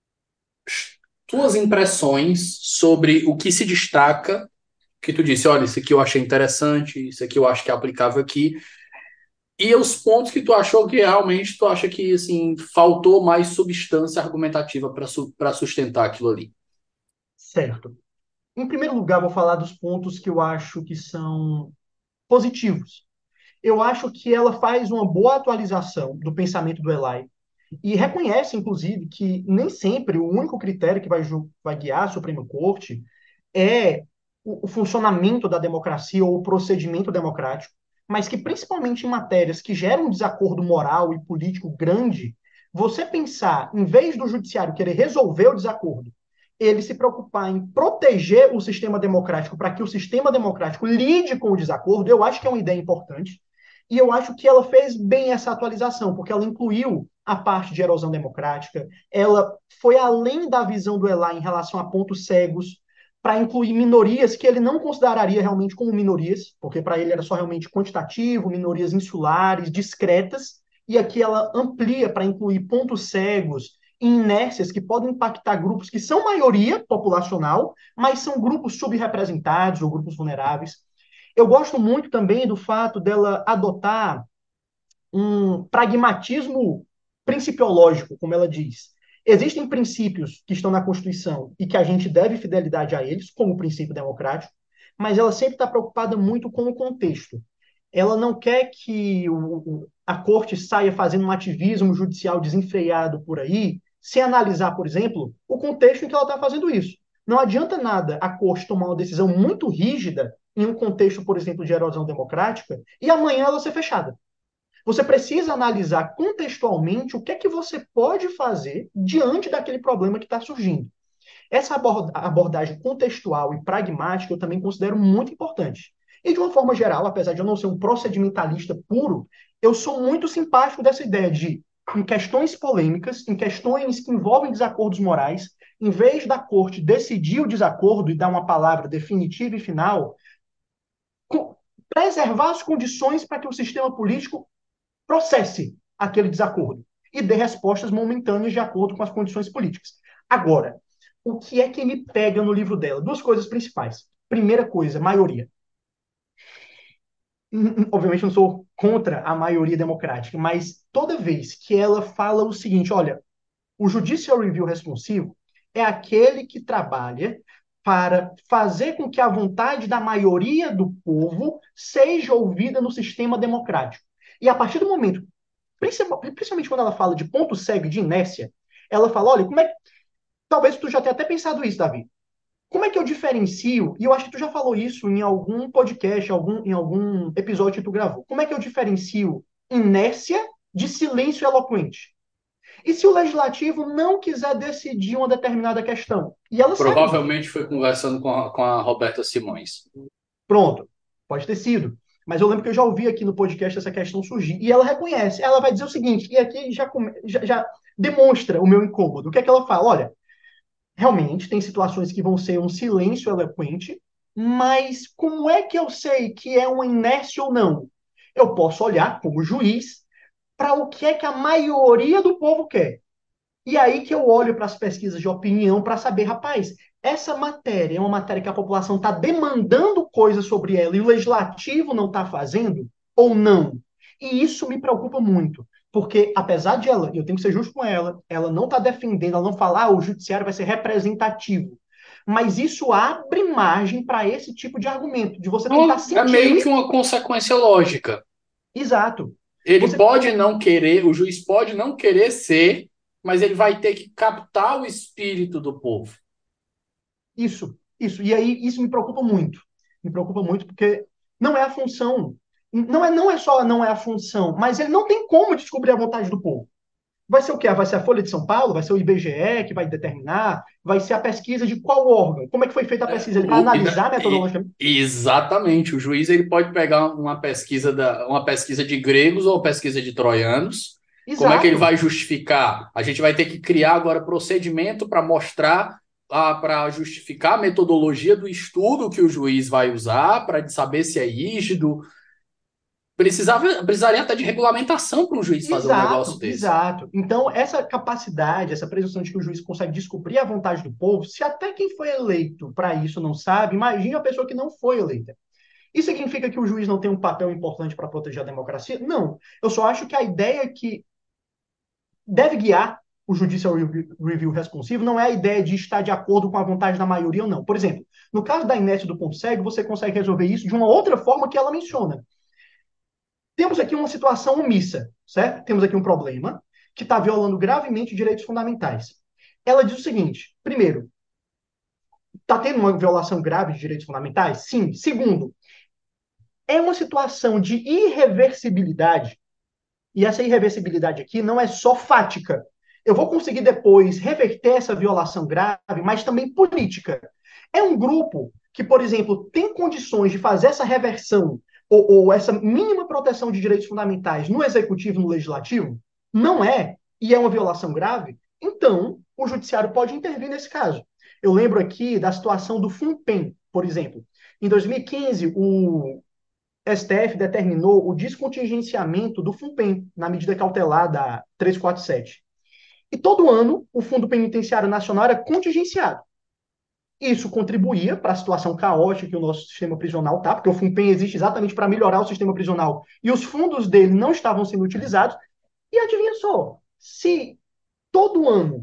tuas impressões sobre o que se destaca, que tu disse, olha, isso aqui eu achei interessante, isso aqui eu acho que é aplicável aqui, e os pontos que tu achou que realmente tu acha que assim faltou mais substância argumentativa para su para sustentar aquilo ali. Certo. Em primeiro lugar, vou falar dos pontos que eu acho que são positivos. Eu acho que ela faz uma boa atualização do pensamento do Eli e reconhece, inclusive, que nem sempre o único critério que vai, vai guiar a Suprema Corte é o, o funcionamento da democracia ou o procedimento democrático, mas que, principalmente em matérias que geram um desacordo moral e político grande, você pensar, em vez do judiciário querer resolver o desacordo, ele se preocupar em proteger o sistema democrático para que o sistema democrático lide com o desacordo, eu acho que é uma ideia importante. E eu acho que ela fez bem essa atualização, porque ela incluiu a parte de erosão democrática, ela foi além da visão do Eli em relação a pontos cegos, para incluir minorias que ele não consideraria realmente como minorias, porque para ele era só realmente quantitativo, minorias insulares, discretas, e aqui ela amplia para incluir pontos cegos e inércias que podem impactar grupos que são maioria populacional, mas são grupos subrepresentados ou grupos vulneráveis. Eu gosto muito também do fato dela adotar um pragmatismo principiológico, como ela diz. Existem princípios que estão na Constituição e que a gente deve fidelidade a eles, como o princípio democrático, mas ela sempre está preocupada muito com o contexto. Ela não quer que o, a corte saia fazendo um ativismo judicial desenfreado por aí, sem analisar, por exemplo, o contexto em que ela está fazendo isso. Não adianta nada a corte tomar uma decisão muito rígida em um contexto, por exemplo, de erosão democrática, e amanhã ela ser fechada. Você precisa analisar contextualmente o que é que você pode fazer diante daquele problema que está surgindo. Essa abordagem contextual e pragmática eu também considero muito importante. E de uma forma geral, apesar de eu não ser um procedimentalista puro, eu sou muito simpático dessa ideia de, em questões polêmicas, em questões que envolvem desacordos morais, em vez da corte decidir o desacordo e dar uma palavra definitiva e final, preservar as condições para que o sistema político processe aquele desacordo e dê respostas momentâneas de acordo com as condições políticas. Agora, o que é que me pega no livro dela? Duas coisas principais. Primeira coisa, maioria. Obviamente não sou contra a maioria democrática, mas toda vez que ela fala o seguinte, olha, o Judicial Review responsivo é aquele que trabalha para fazer com que a vontade da maioria do povo seja ouvida no sistema democrático. E a partir do momento, principalmente quando ela fala de ponto cego e de inércia, ela fala, olha, como é que... Talvez tu já tenha até pensado isso, Davi. Como é que eu diferencio, e eu acho que tu já falou isso em algum podcast, algum, em algum episódio que tu gravou, como é que eu diferencio inércia de silêncio eloquente? E se o legislativo não quiser decidir uma determinada questão? E ela Provavelmente sabe. foi conversando com a, com a Roberta Simões. Pronto, pode ter sido. Mas eu lembro que eu já ouvi aqui no podcast essa questão surgir. E ela reconhece. Ela vai dizer o seguinte, e aqui já, já, já demonstra o meu incômodo. O que é que ela fala? Olha, realmente tem situações que vão ser um silêncio eloquente, mas como é que eu sei que é uma inércia ou não? Eu posso olhar como juiz para o que é que a maioria do povo quer. E aí que eu olho para as pesquisas de opinião para saber, rapaz, essa matéria é uma matéria que a população está demandando coisas sobre ela e o legislativo não está fazendo ou não? E isso me preocupa muito, porque apesar de ela, e eu tenho que ser justo com ela, ela não está defendendo, ela não fala, ah, o judiciário vai ser representativo. mas isso abre margem para esse tipo de argumento, de você tentar Então, é meio que sentir. uma consequência lógica. Exato. Ele Você pode não querer, o juiz pode não querer ser, mas ele vai ter que captar o espírito do povo. Isso, isso. E aí isso me preocupa muito. Me preocupa muito porque não é a função. Não é, não é só não é a função, mas ele não tem como descobrir a vontade do povo. Vai ser o quê? Vai ser a Folha de São Paulo? Vai ser o I B G E que vai determinar? Vai ser a pesquisa de qual órgão? Como é que foi feita a É, pesquisa? Ele vai o- e da- analisar e- metodologicamente? exatamente. O juiz ele pode pegar uma pesquisa da, uma pesquisa de gregos ou pesquisa de troianos. Como é que ele Exato. vai justificar? A gente vai ter que criar agora procedimento para mostrar, para justificar a metodologia do estudo que o juiz vai usar, para saber se é rígido. Precisava, precisaria até de regulamentação para um juiz fazer um negócio Exato, desse. exato. Então, essa capacidade, essa presunção de que o juiz consegue descobrir a vontade do povo, se até quem foi eleito para isso não sabe, imagine a pessoa que não foi eleita. Isso significa que o juiz não tem um papel importante para proteger a democracia? Não. Eu só acho que a ideia que deve guiar o Judicial Review responsivo não é a ideia de estar de acordo com a vontade da maioria ou não. Por exemplo, no caso da Inés do ponto cego, você consegue resolver isso de uma outra forma que ela menciona. Temos aqui uma situação omissa, certo? Temos aqui um problema que está violando gravemente direitos fundamentais. Ela diz o seguinte: primeiro, está tendo uma violação grave de direitos fundamentais? Sim. Segundo, é uma situação de irreversibilidade. E essa irreversibilidade aqui não é só fática. Eu vou conseguir depois reverter essa violação grave, mas também política. É um grupo que, por exemplo, tem condições de fazer essa reversão ou, ou essa mínima proteção de direitos fundamentais no executivo e no legislativo? Não é, e é uma violação grave? Então, o judiciário pode intervir nesse caso. Eu lembro aqui da situação do FUNPEN, por exemplo. Em dois mil e quinze, o S T F determinou o descontingenciamento do FUNPEN, na medida cautelar da trezentos e quarenta e sete. E todo ano, o Fundo Penitenciário Nacional era contingenciado. Isso contribuía para a situação caótica que o nosso sistema prisional está, porque o FUNPEN existe exatamente para melhorar o sistema prisional, e os fundos dele não estavam sendo utilizados. E adivinha só, se todo ano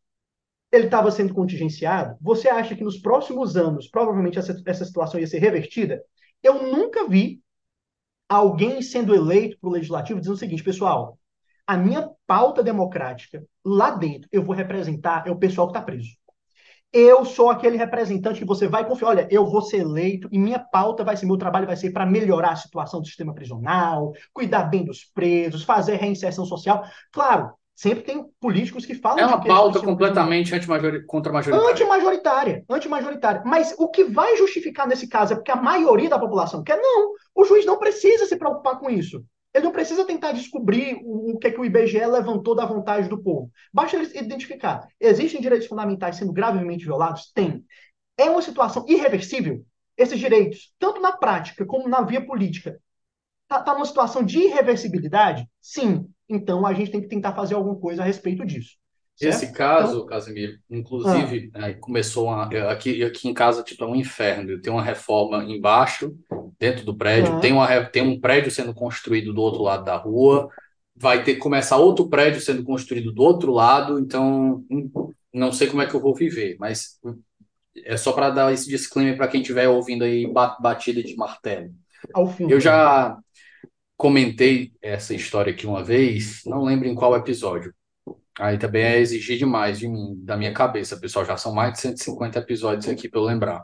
ele estava sendo contingenciado, você acha que nos próximos anos, provavelmente essa, essa situação ia ser revertida? Eu nunca vi alguém sendo eleito para o legislativo dizendo o seguinte: pessoal, a minha pauta democrática lá dentro, eu vou representar é o pessoal que está preso. Eu sou aquele representante que você vai confiar. Olha, eu vou ser eleito e minha pauta vai ser, meu trabalho vai ser para melhorar a situação do sistema prisional, cuidar bem dos presos, fazer reinserção social. Claro, sempre tem políticos que É falam de uma questão do pauta sistema prisional. completamente antimajori- contra-majoritária. Antimajoritária, antimajoritária. Mas o que vai justificar nesse caso é porque a maioria da população quer? Não. O juiz não precisa se preocupar com isso. Ele não precisa tentar descobrir o, o que, é que o I B G E levantou da vontade do povo. Basta ele identificar. Existem direitos fundamentais sendo gravemente violados? Tem. É uma situação irreversível? Esses direitos, tanto na prática como na via política, está tá numa situação de irreversibilidade? Sim. Então a gente tem que tentar fazer alguma coisa a respeito disso. Esse Certo? Então, caso, Casimiro, ah, inclusive, né, começou uma, aqui, aqui em casa, tipo, é um inferno. Tem uma reforma embaixo, dentro do prédio, tem, ah, uma, re- tem um prédio sendo construído do outro lado da rua, vai ter que começar outro prédio sendo construído do outro lado, então hum, não sei como é que eu vou viver, mas hum, é só para dar esse disclaimer para quem estiver ouvindo aí ba- batida de martelo. ao Eu fundo. já comentei essa história aqui uma vez, não lembro em qual episódio. Aí também é exigir demais de mim, da minha cabeça, pessoal. Já são mais de cento e cinquenta episódios aqui para eu lembrar.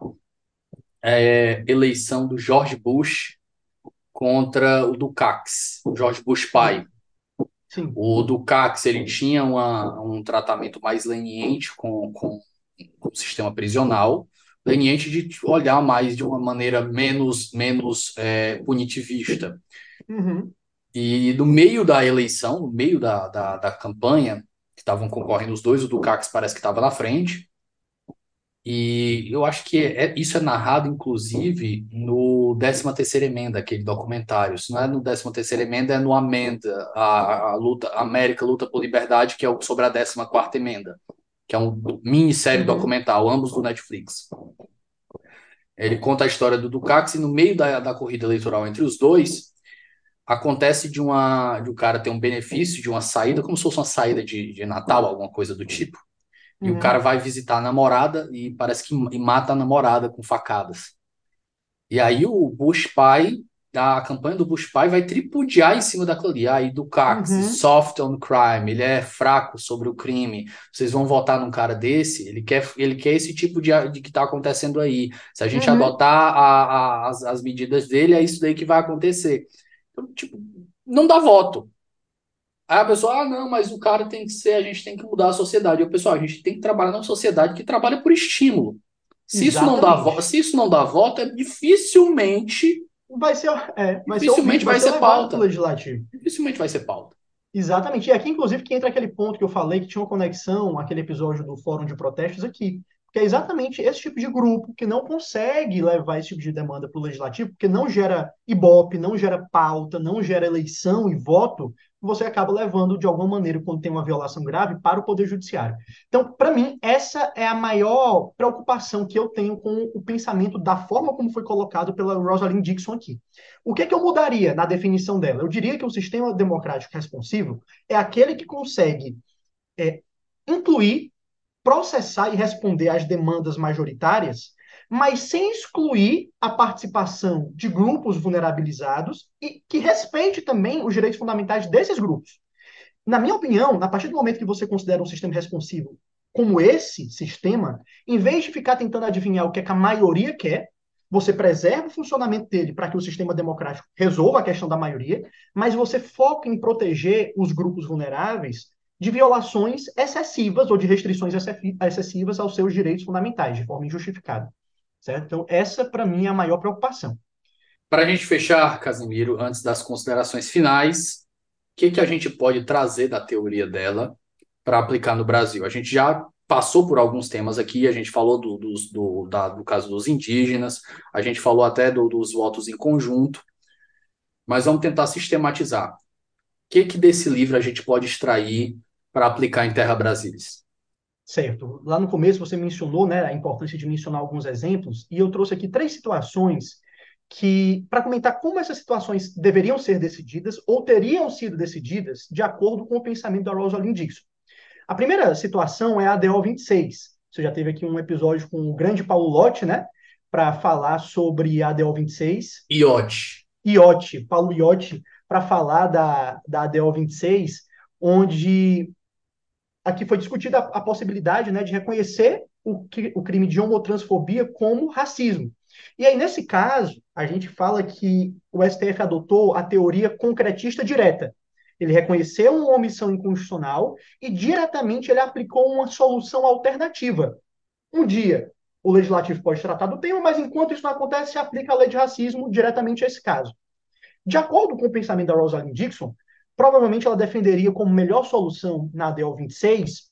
É eleição do George Bush contra o Dukakis, o George Bush pai. Sim, sim. O Dukakis, ele tinha uma, um tratamento mais leniente com, com, com o sistema prisional, leniente de olhar mais de uma maneira menos, menos é, punitivista. Uhum. E no meio da eleição, no meio da, da, da campanha, que estavam concorrendo os dois, o Dukakis parece que estava na frente. E eu acho que é, isso é narrado, inclusive, no décima terceira Emenda, aquele documentário. Se não é no décima terceira Emenda, é no Amenda, a, a luta, a América Luta por Liberdade, que é o- sobre a décima quarta Emenda, que é um minissérie Uhum. documental, ambos do Netflix. Ele conta a história do Dukakis e no meio da, da corrida eleitoral entre os dois, acontece de, uma, de um cara ter um benefício de uma saída, como se fosse uma saída de, de Natal, alguma coisa do tipo. E o Uhum. cara vai visitar a namorada e parece que e mata a namorada com facadas. E aí o Bush pai, a campanha do Bush pai vai tripudiar em cima daquilo ali. Aí do Cax, Uhum. soft on crime, ele é fraco sobre o crime. Vocês vão votar num cara desse? Ele quer, ele quer esse tipo de, de que está acontecendo aí. Se a gente Uhum. adotar a- a- as, as medidas dele, é isso daí que vai acontecer. Então, tipo, não dá voto. Aí a pessoa, ah, não, mas o cara tem que ser, a gente tem que mudar a sociedade. E o pessoal, a gente tem que trabalhar numa sociedade que trabalha por estímulo. Se isso não dá, vo- Exatamente. se isso não dá voto, é dificilmente, Vai ser, é, vai ser ouvido, dificilmente vai vai ser ser levado para o pauta. legislativo. Dificilmente vai ser pauta. Exatamente. E aqui, inclusive, que entra aquele ponto que eu falei que tinha uma conexão, aquele episódio do Fórum de Protestos aqui. Que é exatamente esse tipo de grupo que não consegue levar esse tipo de demanda para o legislativo, porque não gera ibope, não gera pauta, não gera eleição e voto, você acaba levando, de alguma maneira, quando tem uma violação grave, para o Poder Judiciário. Então, para mim, essa é a maior preocupação que eu tenho com o pensamento da forma como foi colocado pela Rosalind Dixon aqui. O que, que eu mudaria na definição dela? Eu diria que o sistema democrático responsivo é aquele que consegue é, incluir, processar e responder às demandas majoritárias, mas sem excluir a participação de grupos vulnerabilizados e que respeite também os direitos fundamentais desses grupos. Na minha opinião, a partir do momento que você considera um sistema responsivo como esse sistema, em vez de ficar tentando adivinhar o que, é que a maioria quer, você preserva o funcionamento dele para que o sistema democrático resolva a questão da maioria, mas você foca em proteger os grupos vulneráveis de violações excessivas ou de restrições excessivas aos seus direitos fundamentais, de forma injustificada. Certo? Então, essa, para mim, é a maior preocupação. Para a gente fechar, Casimiro, antes das considerações finais, o que, que a gente pode trazer da teoria dela para aplicar no Brasil? A gente já passou por alguns temas aqui, a gente falou do, dos- do, da- do caso dos indígenas, a gente falou até do- dos votos em conjunto, mas vamos tentar sistematizar. O que, que desse livro a gente pode extrair para aplicar em Terra Brasilis? Certo. Lá no começo você mencionou, né, a importância de mencionar alguns exemplos, e eu trouxe aqui três situações que, para comentar como essas situações deveriam ser decididas ou teriam sido decididas de acordo com o pensamento da Rosalind Dixon. A primeira situação é a D O vinte e seis. Você já teve aqui um episódio com o grande Paulo Lotti, né, para falar sobre a D O vinte e seis. Iote. Iotti, Paulo Iotti, para falar da, da D O vinte e seis, onde aqui foi discutida a, a possibilidade, né, de reconhecer o, o crime de homotransfobia como racismo. E aí, nesse caso, a gente fala que o S T F adotou a teoria concretista direta. Ele reconheceu uma omissão inconstitucional e diretamente ele aplicou uma solução alternativa. Um dia, o legislativo pode tratar do tema, mas enquanto isso não acontece, se aplica a lei de racismo diretamente a esse caso. De acordo com o pensamento da Rosalind Dixon, provavelmente ela defenderia como melhor solução na D O vinte e seis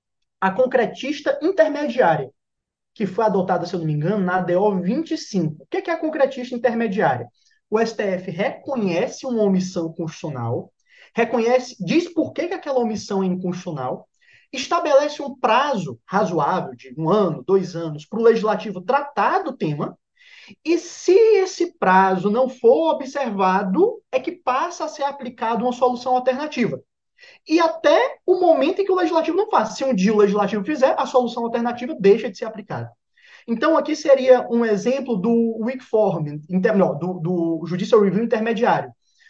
a concretista intermediária, que foi adotada, se eu não me engano, na D O vinte e cinco. O que é a concretista intermediária? O S T F reconhece uma omissão constitucional, reconhece, diz por que, que aquela omissão é inconstitucional, estabelece um prazo razoável de um ano, dois anos, para o legislativo tratar do tema, e se esse prazo não for observado, é que passa a ser aplicada uma solução alternativa. E até o momento em que o legislativo não faz. Se um dia o legislativo fizer, a solução alternativa deixa de ser aplicada. Então, aqui seria um exemplo do weak form, não, do, do judicial review intermediário.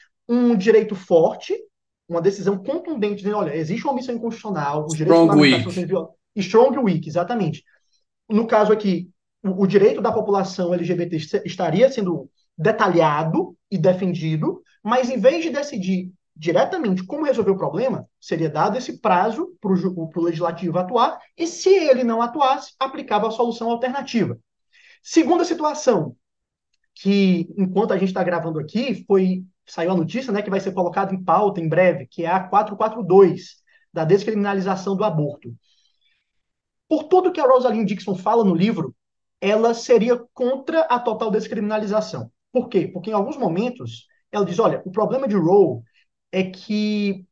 Um direito forte, uma decisão contundente, dizendo, olha, existe uma omissão inconstitucional, os direitos Strong fundamentais Weak. estão sendo violados. Strong weak, exatamente. No caso aqui, o, o direito da população L G B T estaria sendo detalhado e defendido, mas em vez de decidir diretamente como resolver o problema, seria dado esse prazo para o legislativo atuar, e se ele não atuasse, aplicava a solução alternativa. Segunda situação, que enquanto a gente está gravando aqui, foi saiu a notícia, né, que vai ser colocado em pauta em breve, que é a quatrocentos e quarenta e dois, da descriminalização do aborto. Por tudo que a Rosalind Dixon fala no livro, ela seria contra a total descriminalização. Por quê? Porque em alguns momentos ela diz, olha, o problema de Roe é que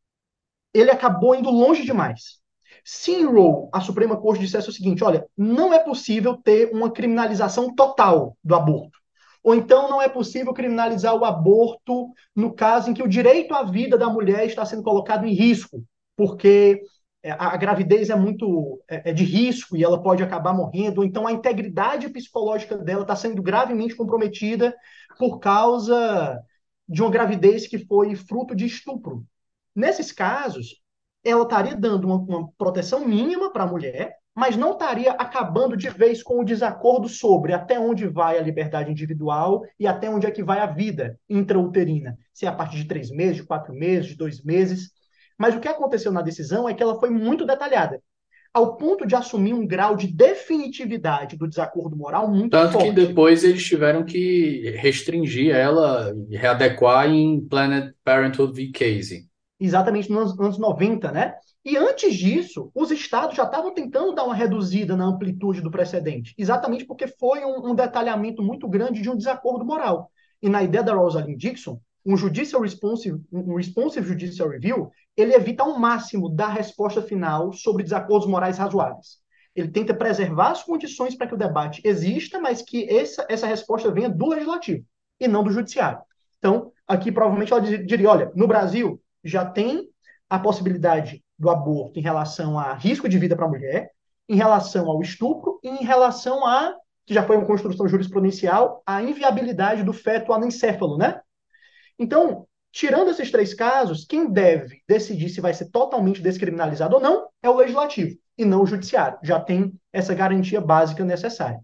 ele acabou indo longe demais. Se em Roe a Suprema Corte dissesse o seguinte, olha, não é possível ter uma criminalização total do aborto. Ou então não é possível criminalizar o aborto no caso em que o direito à vida da mulher está sendo colocado em risco, porque é, a, a gravidez é muito é, é de risco e ela pode acabar morrendo, ou então a integridade psicológica dela está sendo gravemente comprometida por causa de uma gravidez que foi fruto de estupro. Nesses casos, ela estaria dando uma, uma proteção mínima para a mulher, mas não estaria acabando de vez com o desacordo sobre até onde vai a liberdade individual e até onde é que vai a vida intrauterina. Se é a partir de três meses, de quatro meses, de dois meses. Mas o que aconteceu na decisão é que ela foi muito detalhada, ao ponto de assumir um grau de definitividade do desacordo moral muito Tanto que forte. depois eles tiveram que restringir ela e readequar em Planned Parenthood v. Casey. Exatamente nos anos noventa, né? E antes disso, os estados já estavam tentando dar uma reduzida na amplitude do precedente, exatamente porque foi um, um detalhamento muito grande de um desacordo moral. E na ideia da Rosalind Dixon, um judicial responsive, um responsive judicial review, ele evita ao máximo dar resposta final sobre desacordos morais razoáveis. Ele tenta preservar as condições para que o debate exista, mas que essa, essa resposta venha do legislativo e não do judiciário. Então, aqui provavelmente ela diria, olha, no Brasil já tem a possibilidade do aborto em relação a risco de vida para a mulher, em relação ao estupro e em relação a, que já foi uma construção jurisprudencial, a inviabilidade do feto anencéfalo, né? Então, tirando esses três casos, quem deve decidir se vai ser totalmente descriminalizado ou não é o legislativo e não o judiciário. Já tem essa garantia básica necessária.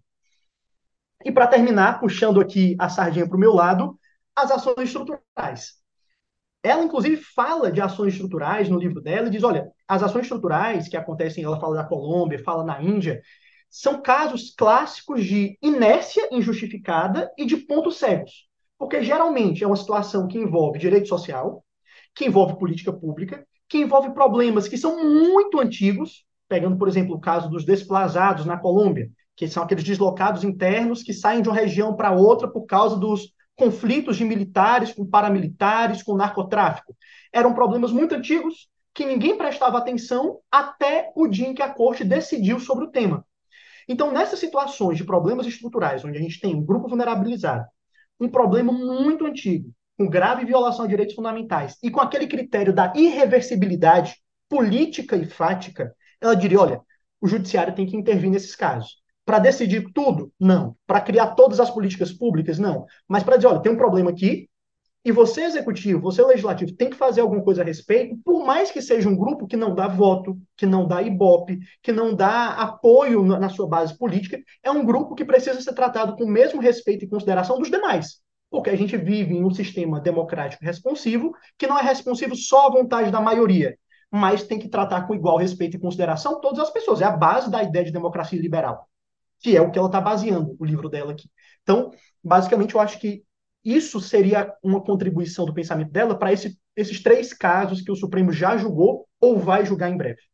E para terminar, puxando aqui a sardinha para o meu lado, as ações estruturais. Ela, inclusive, fala de ações estruturais no livro dela e diz, olha, as ações estruturais que acontecem, ela fala da Colômbia, fala na Índia, são casos clássicos de inércia injustificada e de pontos cegos. Porque, geralmente, é uma situação que envolve direito social, que envolve política pública, que envolve problemas que são muito antigos, pegando, por exemplo, o caso dos desplazados na Colômbia, que são aqueles deslocados internos que saem de uma região para outra por causa dos conflitos de militares com paramilitares, com narcotráfico. Eram problemas muito antigos que ninguém prestava atenção até o dia em que a corte decidiu sobre o tema. Então, nessas situações de problemas estruturais, onde a gente tem um grupo vulnerabilizado, um problema muito antigo, com grave violação a direitos fundamentais, e com aquele critério da irreversibilidade política e fática, ela diria, olha, o judiciário tem que intervir nesses casos. Para decidir tudo? Não. Para criar todas as políticas públicas? Não. Mas para dizer, olha, tem um problema aqui, e você, executivo, você, legislativo, tem que fazer alguma coisa a respeito, por mais que seja um grupo que não dá voto, que não dá ibope, que não dá apoio na sua base política, é um grupo que precisa ser tratado com o mesmo respeito e consideração dos demais. Porque a gente vive em um sistema democrático responsivo, que não é responsivo só à vontade da maioria, mas tem que tratar com igual respeito e consideração todas as pessoas. É a base da ideia de democracia liberal, que é o que ela está baseando o livro dela aqui. Então, basicamente, eu acho que isso seria uma contribuição do pensamento dela para esse, esses três casos que o Supremo já julgou ou vai julgar em breve.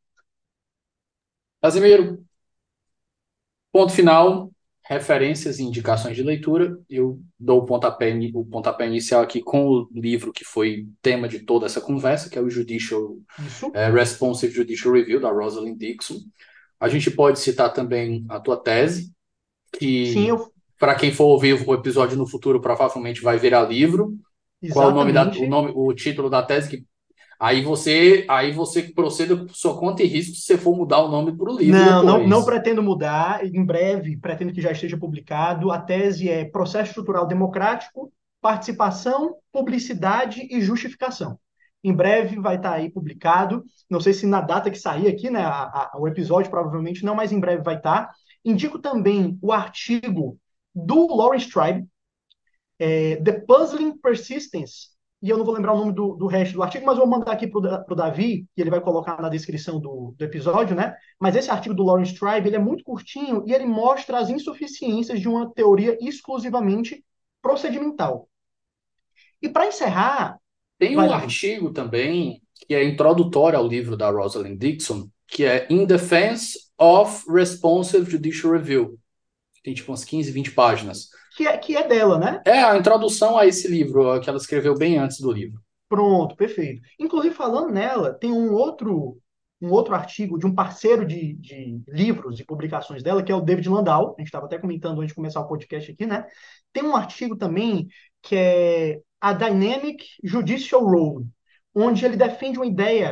Casimiro, ponto final, referências e indicações de leitura. Eu dou o pontapé, o pontapé inicial aqui com o livro que foi tema de toda essa conversa, que é o Judicial, é, Responsive Judicial Review, da Rosalind Dixon. A gente pode citar também a tua tese, que, eu... para quem for ouvir o episódio no futuro, provavelmente vai virar livro. Exatamente. Qual o nome da, o nome, o título da tese? Que Aí você, aí você proceda por sua conta e risco se você for mudar o nome para o livro. Não, não, não pretendo mudar. Em breve, pretendo que já esteja publicado. A tese é Processo Estrutural Democrático, Participação, Publicidade e Justificação. Em breve vai estar aí publicado. Não sei se na data que sair aqui, né, a, a, o episódio provavelmente não, mas em breve vai estar. Indico também o artigo do Lawrence Tribe, é, The Puzzling Persistence, e eu não vou lembrar o nome do, do resto do artigo, mas vou mandar aqui para o Davi, que ele vai colocar na descrição do, do episódio, né? Mas esse artigo do Lawrence Tribe, ele é muito curtinho e ele mostra as insuficiências de uma teoria exclusivamente procedimental. E para encerrar... Tem um artigo também que é introdutório ao livro da Rosalind Dixon, que é In Defense of Responsive Judicial Review. Tem tipo umas quinze, vinte páginas. Que é, que é dela, né? É a introdução a esse livro, que ela escreveu bem antes do livro. Pronto, perfeito. Inclusive, falando nela, tem um outro, um outro artigo de um parceiro de, de livros e publicações dela, que é o David Landau. A gente estava até comentando antes de começar o podcast aqui, né? Tem um artigo também que é a Dynamic Judicial Role, onde ele defende uma ideia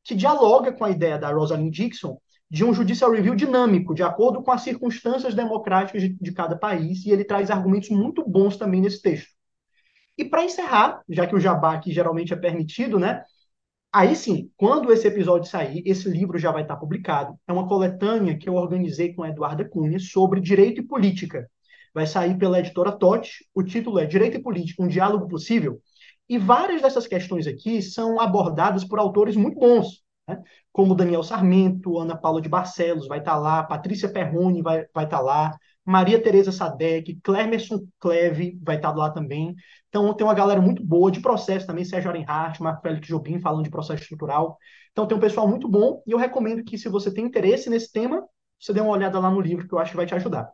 que dialoga com a ideia da Rosalind Dixon de um judicial review dinâmico, de acordo com as circunstâncias democráticas de, de cada país, e ele traz argumentos muito bons também nesse texto. E para encerrar, já que o jabá aqui geralmente é permitido, né? Aí sim, quando esse episódio sair, esse livro já vai estar publicado. É uma coletânea que eu organizei com a Eduarda Cunha sobre direito e política. Vai sair pela editora Totti. O título é Direito e Política, um diálogo possível. E várias dessas questões aqui são abordadas por autores muito bons, né? Como Daniel Sarmento, Ana Paula de Barcelos vai estar lá, Patrícia Perrone vai, vai estar lá, Maria Tereza Sadek, Clemerson Cleve vai estar lá também. Então, tem uma galera muito boa de processo também, Sérgio Arenhardt, Marco Félix Jobim, falando de processo estrutural. Então, tem um pessoal muito bom e eu recomendo que, se você tem interesse nesse tema, você dê uma olhada lá no livro, que eu acho que vai te ajudar.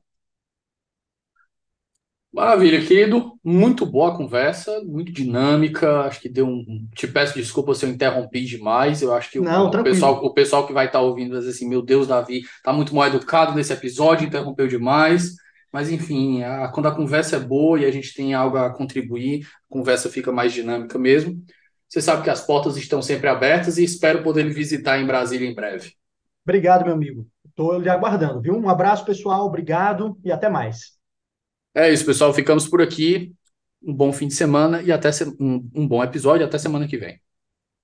Maravilha, querido. Muito boa a conversa, muito dinâmica. Acho que deu um. um- Te peço desculpa se eu interrompi demais. Eu acho que o, Não, o pessoal, tranquilo. o pessoal que vai estar ouvindo vai dizer assim: meu Deus, Davi, tá muito mal educado nesse episódio, interrompeu demais. Mas, enfim, a- quando a conversa é boa e a gente tem algo a contribuir, a conversa fica mais dinâmica mesmo. Você sabe que as portas estão sempre abertas e espero poder lhe visitar em Brasília em breve. Obrigado, meu amigo. Estou lhe aguardando, viu? Um abraço, pessoal. Obrigado e até mais. É isso, pessoal. Ficamos por aqui. Um bom fim de semana e até se- um um bom episódio. Até semana que vem.